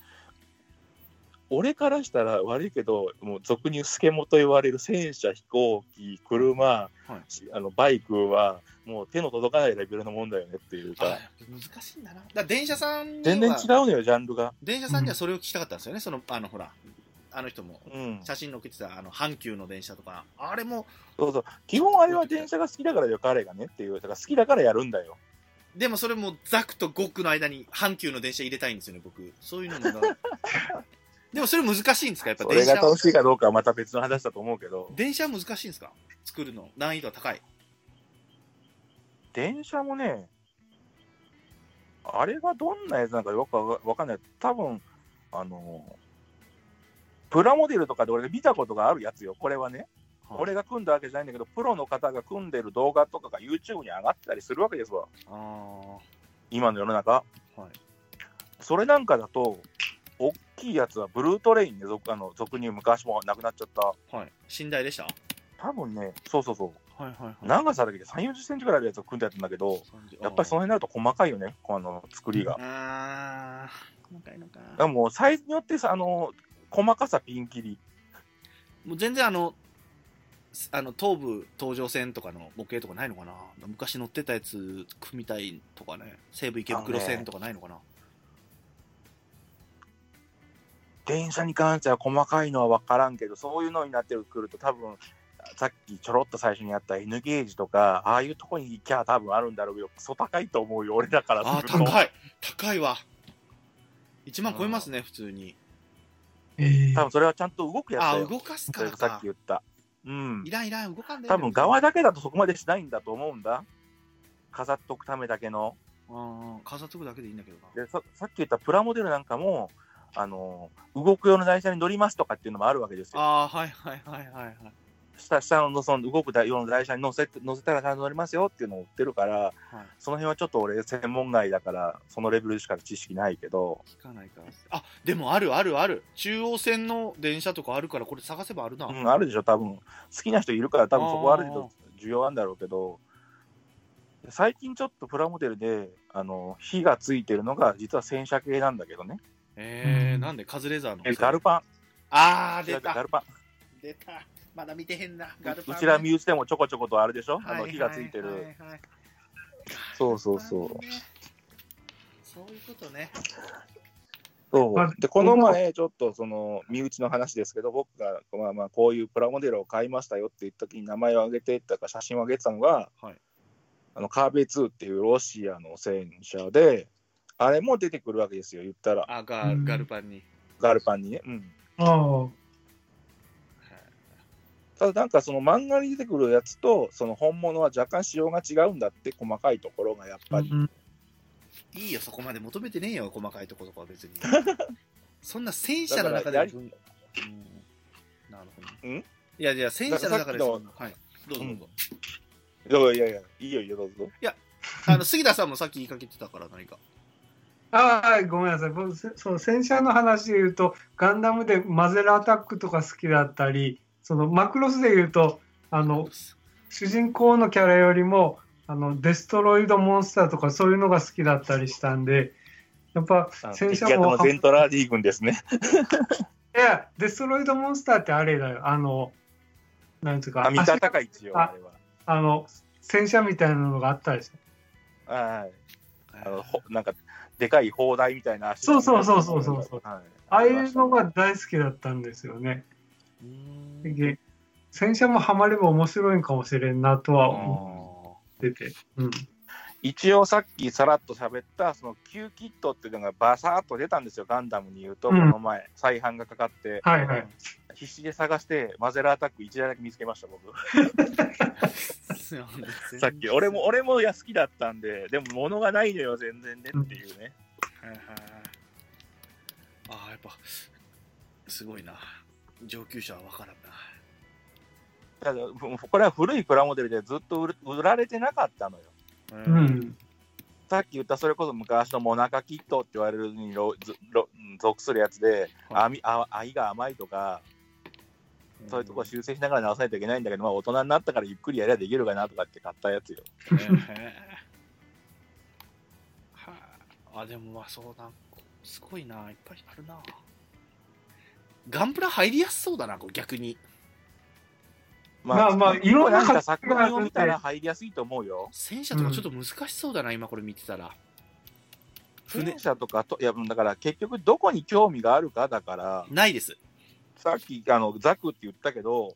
Speaker 3: 俺からしたら悪いけど、もう俗にスケモと言われる戦車、飛行機、車、バイクはもう手の届かないレベルのもんだよねっていうか。
Speaker 2: 難しいんだな。だ電車さんには
Speaker 3: 全然違うのよ、ジャンルが。
Speaker 2: 電車さんにはそれを聞きたかったんですよね。ほら、あの人も写真載っけてた阪急の電車とか、あれも。
Speaker 3: 基本あれは電車が好きだからよ、彼がねっていう。だから好きだからやるんだよ。
Speaker 2: でもそれもザクとゴックの間に阪急の電車入れたいんですよね、僕。そういうのもでもそれ難しいんですか？やっぱ電車。
Speaker 3: それが楽しいかどうかはまた別の話だと思うけど。
Speaker 2: 電車は難しいんですか？作るの難易度は高い。
Speaker 3: 電車もね、あれがどんなやつなんかよくわかんない。多分プラモデルとかで俺が見たことがあるやつよ、これはね。俺が組んだわけじゃないんだけど、プロの方が組んでる動画とかが YouTube に上がってたりするわけですわ。今の世の中。はい、それなんかだと、大きいやつはブルートレインで俗に昔もなくなっちゃった。
Speaker 2: はい。寝台でした？
Speaker 3: 多分ね、そうそうそう。
Speaker 2: はいはいはい、
Speaker 3: 長さだけで3、40センチぐらいあるやつを組んでやったんだけど、やっぱりその辺になると細かいよね、作りが。
Speaker 2: 細かいのか。
Speaker 3: でもサイズによってさ、細かさピンキリ。
Speaker 2: もう全然東武東上線とかの模型とかないのかな。昔乗ってたやつ組みたいとかね、西武池袋線とかないのかな。
Speaker 3: 電車に関しては細かいのは分からんけど、そういうのになってくると多分さっきちょろっと最初にやった N ゲージとかああいうとこに行きゃ多分あるんだろうよ。クソ高いと思うよ俺だからすると。
Speaker 2: 高いわ。1万超えますね、普通に。
Speaker 3: 多分それはちゃんと動くやつだよ。
Speaker 2: 動かすからか。
Speaker 3: さっき言った。うん。
Speaker 2: いらん動かんで。
Speaker 3: 多分側だけだとそこまでしないんだと思うんだ。飾っとくためだけの。
Speaker 2: 飾っとくだけでいいんだけど
Speaker 3: な。でさっき言ったプラモデルなんかも動く用の台車に乗りますとかっていうのもあるわけですよ。
Speaker 2: はい。
Speaker 3: 下のその動く用の台車に乗せたらちゃんと乗りますよっていうのを売ってるから、はい、その辺はちょっと俺専門外だからそのレベルしか知識ないけど。
Speaker 2: 聞かないから。でもある。中央線の電車とかあるからこれ探せばあるな。
Speaker 3: あるでしょ多分。好きな人いるから多分そこはある程度需要あるんだろうけど。最近ちょっとプラモデルで火がついてるのが実は戦車系なんだけどね。
Speaker 2: なんでカズレーザーの
Speaker 3: ガルパン。
Speaker 2: 出た。
Speaker 3: ガルパン。
Speaker 2: 出た。まだ見てへんな。ガルパン、
Speaker 3: うちら身内でもちょこちょことあるでしょ、火がついてる。そう。そういう
Speaker 2: ことね。
Speaker 3: そうでこの前ちょっとその身内の話ですけど、僕がこういうプラモデルを買いましたよって言った時に名前を挙げてたか写真を挙げてたのが、カーベ2っていうロシアの戦車で、あれも出てくるわけですよ、言ったら。
Speaker 2: ガルパンに。
Speaker 3: ガルパンにね。ただなんかその漫画に出てくるやつとその本物は若干仕様が違うんだって、細かいところがやっぱり。
Speaker 2: いいよ、そこまで求めてねえよ、細かいところとかは別に。そんな戦車の中で。なるほど。いや、戦車の中で。はい、どうぞ。
Speaker 3: いや、いいよ、どうぞ。
Speaker 2: いや、杉田さんもさっき言いかけてたから何か。
Speaker 4: ごめんなさい。その戦車の話で言うと、ガンダムでマゼラアタックとか好きだったり、そのマクロスで言うと、主人公のキャラよりも、デストロイドモンスターとかそういうのが好きだったりしたんで、やっぱ戦車も。
Speaker 3: ゼントラーディー軍ですね。
Speaker 4: いや、デストロイドモンスターってあれだよ。なんつうか。
Speaker 3: 見方か一応あれ
Speaker 4: は。戦車みたいなのがあったでしょ。
Speaker 3: はい。なんか、でかい砲台みたいな足。
Speaker 4: そう。ああいうのが大好きだったんですよね。戦車もハマれば面白いんかもしれんなとは思ってて。
Speaker 3: 一応さっきさらっと喋ったその Q キットっていうのがバサーっと出たんですよ、ガンダムに言うと。この前再販がかかって、必死で探してマゼラアタック1台だけ見つけました僕。さっき俺も好きだったんで、でも物がないのよ全然ねっていうね。
Speaker 2: やっぱすごいな、上級者は分からんな。
Speaker 3: ただこれは古いプラモデルでずっと売られてなかったのよ。さっき言ったそれこそ昔のモナカキットって言われるに属するやつで、愛が甘いとか、そういうとこ修正しながら直さないといけないんだけど、大人になったからゆっくりやりゃできるかなとかって買ったやつよ。
Speaker 2: でもそうなんすごいな、いっぱいあるな。ガンプラ入りやすそうだな、逆に。
Speaker 4: いろんな
Speaker 3: 作品を見たら入りやすいと思うよ。
Speaker 2: 戦車とかちょっと難しそうだな、今これ見てたら。
Speaker 3: 戦車とかいやだから結局どこに興味があるかだから。
Speaker 2: ないです。さ
Speaker 3: っきザクって言ったけど、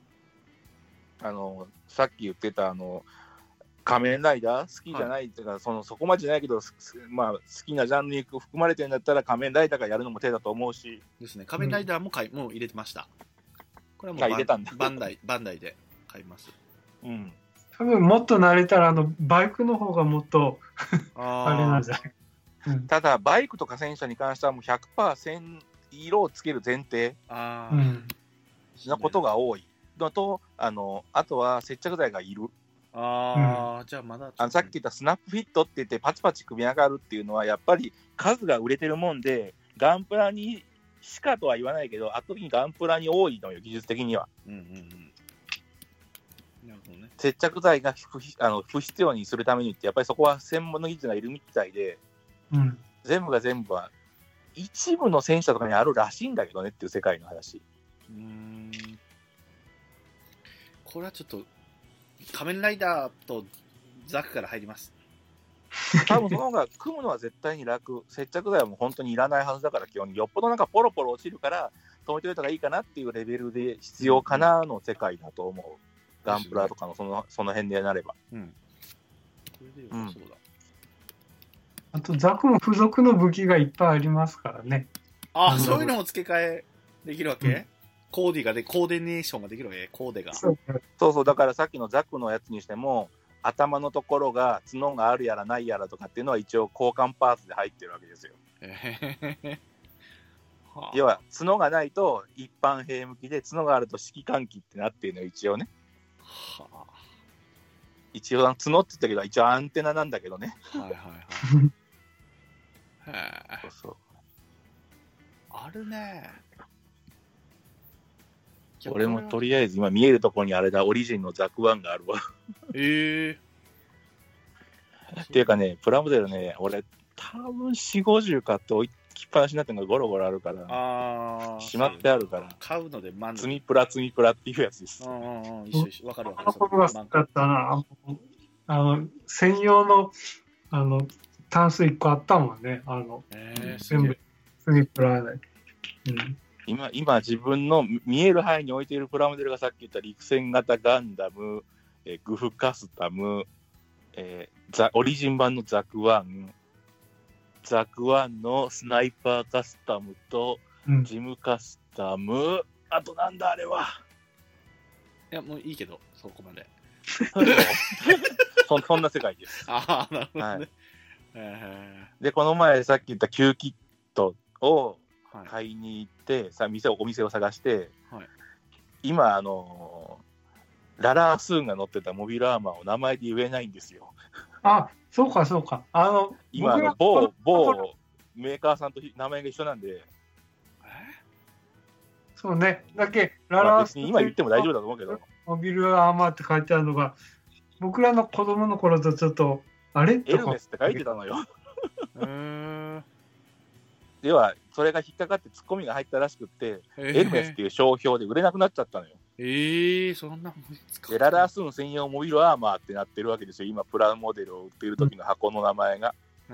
Speaker 3: さっき言ってた仮面ライダー好きじゃないっていうか、そこまでじゃないけど、好きなジャンルに含まれてるんだったら仮面ライダーがやるのも手だと思うし。
Speaker 2: ですね。仮面ライダーももう入れてました。これはもう
Speaker 3: 入れたんだ。
Speaker 2: バンダイで買います。
Speaker 4: 多分もっと慣れたらバイクの方がもっとあれなんじゃない。
Speaker 3: ただバイクとか戦車に関してはもう 100% 色をつける前提
Speaker 2: な
Speaker 3: ことが多いのと、あとは接着剤がいる。
Speaker 2: じゃあまだ
Speaker 3: さっき言ったスナップフィットって言ってパチパチ組み上がるっていうのはやっぱり数が売れてるもんで、ガンプラにしかとは言わないけど圧倒的にガンプラに多いのよ、技術的には。
Speaker 2: なるほどね。
Speaker 3: 接着剤が不必要にするためにってやっぱりそこは専門の技術がいるみたいで、全部が全部は一部の戦車とかにあるらしいんだけどねっていう世界の話。
Speaker 2: これはちょっと仮面ライダーとザクから入ります。
Speaker 3: 多分その方が組むのは絶対に楽。接着剤はもう本当にいらないはずだから、基本によっぽどなんかポロポロ落ちるから止めておいた方がいいかなっていうレベルで必要かなの世界だと思う。ガンプラとかのその辺でなれば。これでよさそうだ。
Speaker 4: あとザクも付属の武器がいっぱいありますからね。
Speaker 2: そういうのも付け替えできるわけ？コーディネーションができるわけ？コーデが。
Speaker 3: そうだからさっきのザクのやつにしても頭のところが角があるやらないやらとかっていうのは一応交換パーツで入ってるわけですよ。要は角がないと一般兵向きで、角があると指揮官機ってなってるのよ一応ね。一応角って言ったけど一応アンテナなんだけどね。そう
Speaker 2: あるね。
Speaker 3: 俺もとりあえず今見えるところにあれだ、オリジンのザクワンがあるわ。っていうかね、プラモデルね、俺多分4、50買って置きっぱなしになってるのがゴロゴロあるから、しまってあるから、
Speaker 2: 買うので
Speaker 3: 積みプラっていうやつです。
Speaker 2: 一緒わかるわかる。
Speaker 4: この頃が好きだったな。専用のタンス1個あったもんね。全部積みプラで。
Speaker 3: 今自分の見える範囲に置いているプラモデルがさっき言った陸戦型ガンダム、グフカスタム、オリジン版のザクワンのスナイパーカスタムと、ジムカスタム、あとなんだあれは。
Speaker 2: いやもういいけどそこまで。
Speaker 3: そんな世界です。
Speaker 2: なるほどね。
Speaker 3: でこの前さっき言った旧キットを買いに行ってお店を探して、今ララースーンが乗ってたモビルアーマーを名前で言えないんですよ。
Speaker 4: そうか
Speaker 3: 今某メーカーさんと名前が一緒なんで。
Speaker 4: そうね。だけララー
Speaker 3: 別に今言っても大丈夫だと思うけど、
Speaker 4: モビルアーマーって書いてあるのが僕らの子供の頃とちょっとあれ
Speaker 3: エルメスって書いてたのよ。ではそれが引っかかってツッコミが入ったらしくって、エルメスっていう商標で売れなくなっちゃったのよ。
Speaker 2: そんなもん使
Speaker 3: う。ララースーン専用モビルアーマーってなってるわけですよ。今プラモデルを売っている時の箱の名前が。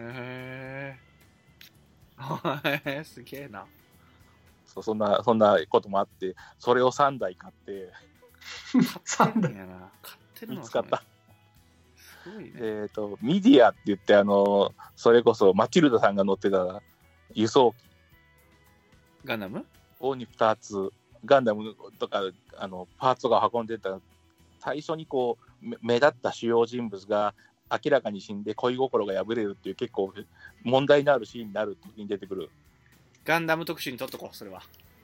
Speaker 2: すげえな。
Speaker 3: そんなこともあって、それを3台買って
Speaker 4: 3台
Speaker 3: 見つかった。すごいね。ミディアって言ってそれこそマチルダさんが乗ってた輸送機
Speaker 2: ガンダム
Speaker 3: に2つガンダムとかパーツが運んでた最初にこう目立った主要人物が明らかに死んで恋心が破れるっていう結構問題のあるシーンになる時に出てくる。
Speaker 2: ガンダム特集にとっとこうそれは。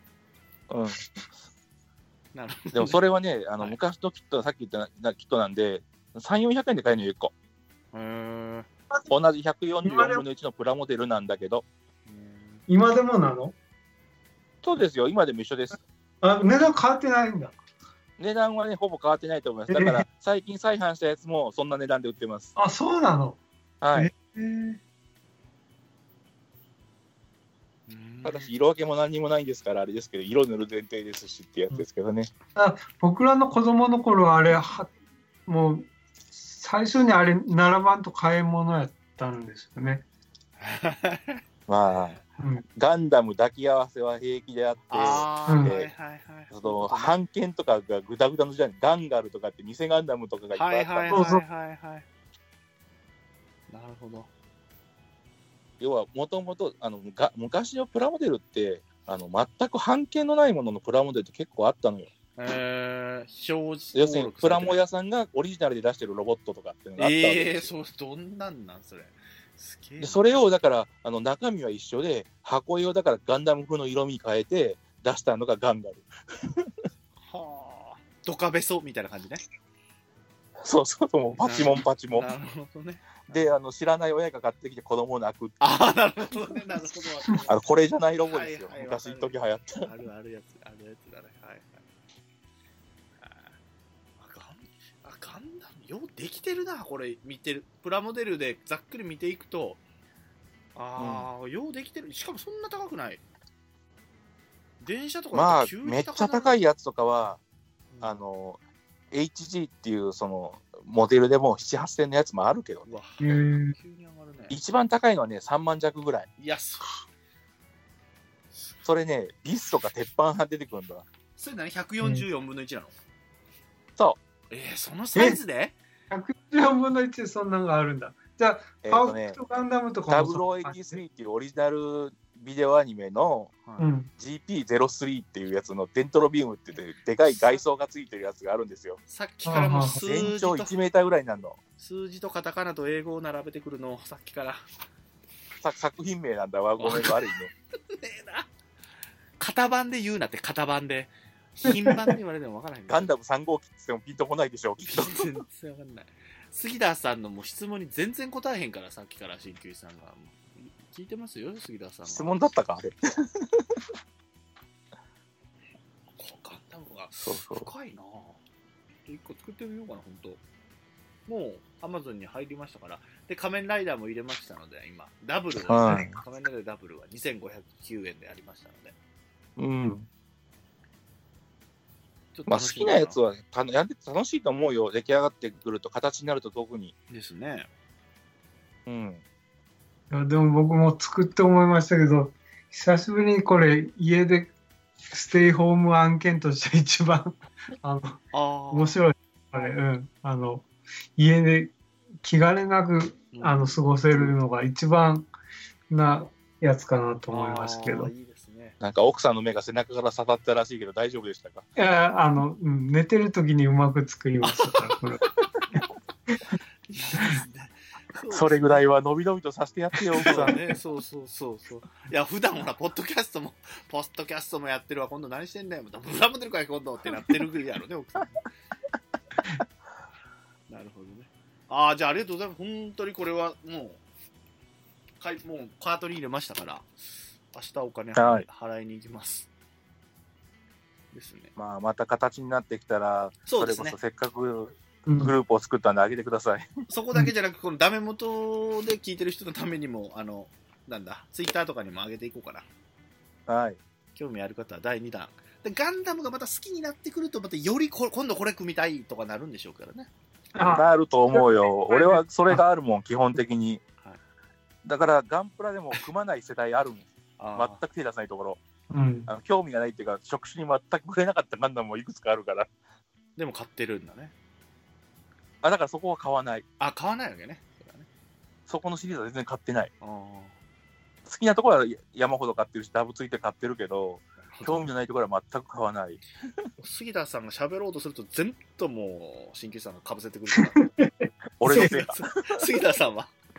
Speaker 3: なるほど。でもそれはね昔のキット、さっき言ったキットなんで3、400円で買えるのよ1個。同じ144分の1のプラモデルなんだけど。
Speaker 4: 今でもなの？
Speaker 3: そうですよ、今でも一緒です。
Speaker 4: 値段変わってないんだ。
Speaker 3: 値段はねほぼ変わってないと思います。だから最近再販したやつもそんな値段で売ってます。
Speaker 4: そうなの？
Speaker 3: はい。ただし色分けも何にもないんですからあれですけど、色塗る前提ですしってやつですけどね。
Speaker 4: 僕らの子供の頃はあれもう最初にあれ7番と買い物やったんですよね。
Speaker 3: ガンダム抱き合わせは平気であって、版権とかがグダグダの時代にガンガルとかって偽ガンダムとかがいっぱいあったんです。
Speaker 2: なるほど。
Speaker 3: 要はもともと昔のプラモデルって全く版権のないもののプラモデルって結構あったのよ。要するにプラモ屋さんがオリジナルで出してるロボットとかっていうのがあったわけですよ。
Speaker 2: どんなんそれ。
Speaker 3: でそれをだから中身は一緒で箱絵をだからガンダム風の色味変えて出したのがガンダム
Speaker 2: はあ、ドカベソみたいな感じね。
Speaker 3: そうそうそう、もうパチモンパチモン。
Speaker 2: なるほどね。
Speaker 3: で知らない親が買ってきて子供を泣くって。
Speaker 2: ああ、なるほどね、なるほど。
Speaker 3: これじゃないロゴですよ、
Speaker 2: はいはい、
Speaker 3: 昔一時流行った。
Speaker 2: あるやつだね。はいはい。ガンダムようできてるな、これ見てる。プラモデルでざっくり見ていくと、ようできてる。しかもそんな高くない。電車とか
Speaker 3: まあめっちゃ高いやつとかは、HG っていうそのモデルでも7、8000のやつもあるけど、ね、急に上がるね。一番高いのはね3万弱ぐらい。
Speaker 2: いや、
Speaker 3: それねビスとか鉄板が出てくるんだ。
Speaker 2: それ何144分の1なの？
Speaker 3: そう。
Speaker 2: そのサイズで
Speaker 4: 144分の1でそんなのがあるんだ。じゃあ、パーフェクトガンダムとかも
Speaker 3: 0083っていうオリジナルビデオアニメの GP03 っていうやつのデントロビウムって言ってでかい外装がついてるやつがあるんですよ。
Speaker 2: さっきからもう数字と
Speaker 3: 全長1メーターぐらいになるの。
Speaker 2: 数字とカタカナと英語を並べてくるのさっきから
Speaker 3: 作品名なんだわ。ごめん悪いね。
Speaker 2: 型番で言うなって。型番で品番で言われても分からない。
Speaker 3: ガンダム3号機って言ってもピンとこないでしょ。
Speaker 2: 全然分かんない。杉田さんのもう質問に全然答えへんから、さっきから鍼灸師さんが聞いてますよ、杉田さんが。
Speaker 3: 質問だったかあれ。
Speaker 2: ガンダムが深いな。1個作ってみようかな、本当。もうアマゾンに入りましたから。で、仮面ライダーも入れましたので、今ダブルですね、はい、仮面ライダーダブルは2509円でありましたので。
Speaker 3: うん。まあ好きなやつはやってて楽しいと思うよ。出来上がってくると形になると特に
Speaker 2: ですね。
Speaker 3: うん。
Speaker 4: いやでも僕も作って思いましたけど、久しぶりにこれ家でステイホーム案件として一番面白いあれ、家で気兼ねなく過ごせるのが一番なやつかなと思いますけど。いいですね。
Speaker 3: なんか奥さんの目が背中から刺さったらしいけど大丈夫でしたか？
Speaker 4: いや寝てる時にうまく作りましたからこれ。
Speaker 3: それぐらいはのびのびとさせてやってよ奥さん
Speaker 2: ね。そう。いや普段ほらポッドキャストもやってるわ。今度何してんだよ。プラモデルかい今度ってなってるやろね奥さん。なるほどね。じゃあありがとうございます。本当にこれはもうカートに入れましたから明日お金払いに行きます。ですね。
Speaker 3: まあまた形になってきたらそれこそせっかくグループを作ったんであげてください。
Speaker 2: そこだけじゃなくこのダメ元で聞いてる人のためにもツイッターとかにも上げていこうかな。
Speaker 3: はい。
Speaker 2: 興味ある方は第2弾でガンダムがまた好きになってくるとまたより今度これ組みたいとかなるんでしょうからね。
Speaker 3: なると思うよ。俺はそれがあるもん基本的に。だからガンプラでも組まない世代あるもん。全く手出さないところ、興味がないっていうか触手に全く触れなかったガンダムもいくつかあるから。
Speaker 2: でも買ってるんだね。
Speaker 3: だからそこは買わない。
Speaker 2: 買わないわけね。
Speaker 3: そこのシリーズは全然買ってない。好きなところは山ほど買ってるしダブついて買ってるけど興味のないところは全く買わない。
Speaker 2: 杉田さんが喋ろうとすると全部もう新旧さんがかぶせてくるから
Speaker 3: 俺のせいか。
Speaker 2: 杉田さん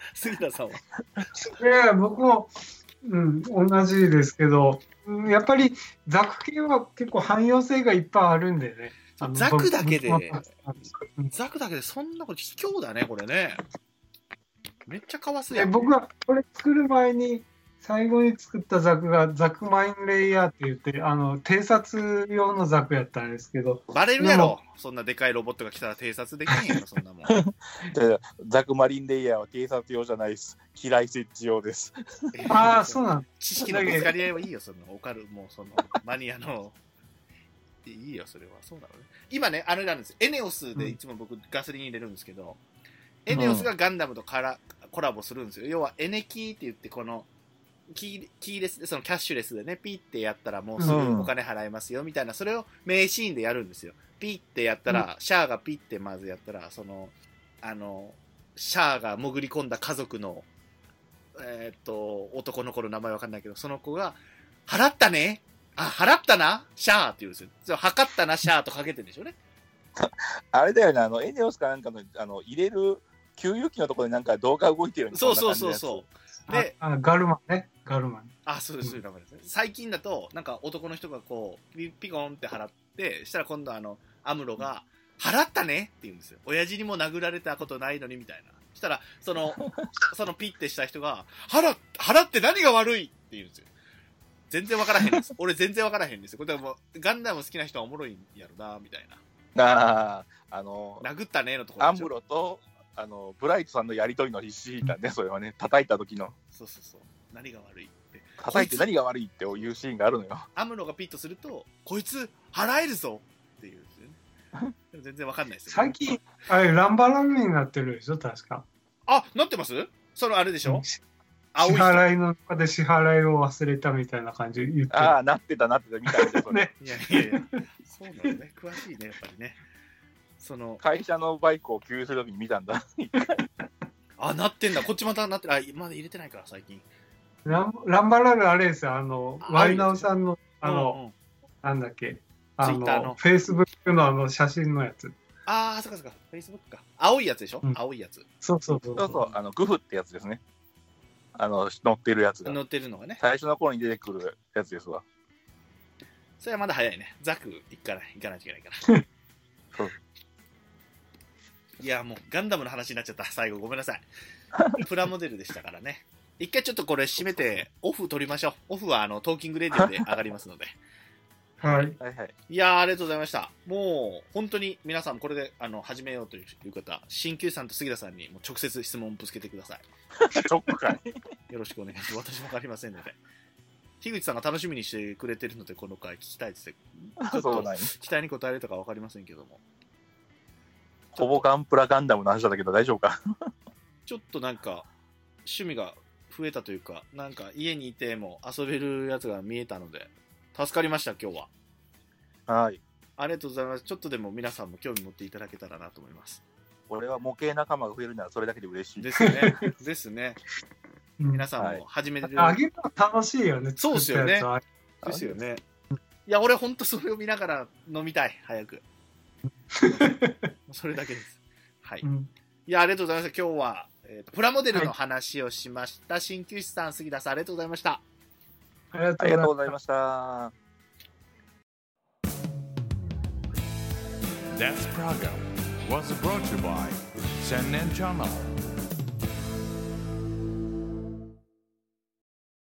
Speaker 2: はい
Speaker 4: や僕も同じですけど、やっぱりザク系は結構汎用性がいっぱいあるんでね。
Speaker 2: ザクだけでそんなこと卑怯だねこれね。めっちゃかわすやん。
Speaker 4: 僕はこれ作る前に最後に作ったザクがザクマインレイヤーって言って偵察用のザクやったんですけど。
Speaker 2: バレるやろ。そんなでかいロボットが来たら偵察できんやろそんなもん。
Speaker 3: ザクマリンレイヤーは偵察用じゃないです。機雷設置用です。
Speaker 4: そうなん。
Speaker 2: 知識のぶつかり合いはいいよそのオカルもうそのマニアのいいよそれはそうなのね。今ねあれなんです。エネオスでいつも僕ガソリン入れるんですけど、エネオスがガンダムとコラボするんですよ。要はエネキーって言ってこのキーレスでそのキャッシュレスでねピッてやったらもうすぐお金払えますよみたいな、それを名シーンでやるんですよ。ピッてやったら、シャアがピッてまずやったらそのシャアが潜り込んだ家族の男の子の名前わかんないけどその子が払ったね払ったなシャアって言うんですよ。測ったなシャアとかけてるんでしょうね。
Speaker 3: あれだよねエネオスかなんかの入れる給油機のところでなんか動画動いてるんです
Speaker 2: そうで
Speaker 4: ガルマン。
Speaker 2: そういう名前ですね。最近だとなんか男の人がこうピコンって払ってしたら今度アムロが払ったねって言うんですよ。親父にも殴られたことないのにみたいな。したらそのピッてした人が払って何が悪いって言うんですよ。全然わからへんです。俺全然わからへんですよ。これでもガンダム好きな人はおもろいんやろなみたいな。殴ったねのところ。
Speaker 3: アムロとブライトさんのやりとりのシーンだね、それはね、叩いた時の。
Speaker 2: そう。何が悪いって。
Speaker 3: 叩いて何が悪いっていうシーンがあるのよ。
Speaker 2: アムロがピッとすると、こいつ払えるぞっていうんですよね。全然わかんないですよ、
Speaker 4: ね。最近、あれ、ランバラミになってるでしょ、確か。
Speaker 2: なってます？あれでしょ、
Speaker 4: 支払いの中で支払いを忘れたみたいな感じで言ってる。
Speaker 3: なってたみたいです
Speaker 2: ね。いや。そうなのね。詳しいね、やっぱりね。
Speaker 3: 会社のバイクを給油するときに見たんだ。
Speaker 2: なってんだ。こっちまたなってる。まだ入れてないから、最近。
Speaker 4: ランバラルあれですよ、ワイナオさんの、なんだっけ、フェイスブックの写真のやつ。
Speaker 2: そっか。フェイスブックか。青いやつでしょ、青いやつ。
Speaker 4: そう。
Speaker 3: グフってやつですね。乗ってるやつが。
Speaker 2: 乗ってるのがね。
Speaker 3: 最初の頃に出てくるやつですわ。
Speaker 2: それはまだ早いね。ザク行かないといけないから。
Speaker 3: そう。
Speaker 2: いや、もうガンダムの話になっちゃった。最後ごめんなさい。プラモデルでしたからね。一回ちょっとこれ閉めてオフ取りましょう。オフはトーキングレディオで上がりますので。
Speaker 4: はい。
Speaker 2: いやー、ありがとうございました。もう本当に皆さんこれで始めようという方、鍼灸師さんと杉田さんにも直接質問をぶつけてください。よろしくお願いします。私もわかりませんので。樋口さんが楽しみにしてくれてるのでこの回聞きたいですね。ちょっと期待に応えれたかわかりませんけども。
Speaker 3: ほぼガンプラガンダムの話だったけど大丈夫か。
Speaker 2: ちょっとなんか趣味が増えたというか、なんか家にいても遊べるやつが見えたので助かりました今日は。
Speaker 3: はい。
Speaker 2: ありがとうございます。ちょっとでも皆さんも興味持っていただけたらなと思います。
Speaker 3: 俺は模型仲間が増えるならそれだけで嬉しい
Speaker 2: ですね。ですね。皆さんも始めてる。
Speaker 4: あげるの楽しいよね。
Speaker 2: そうですよね。ですよね。いや俺ほんとそれを見ながら飲みたい早く。それだけです。はい。いやありがとうございました。今日は、プラモデルの話をしました。鍼灸師さん杉田さんありがとうございました。
Speaker 4: ありがとうございました。
Speaker 1: This program was brought to you by Sennen Channel.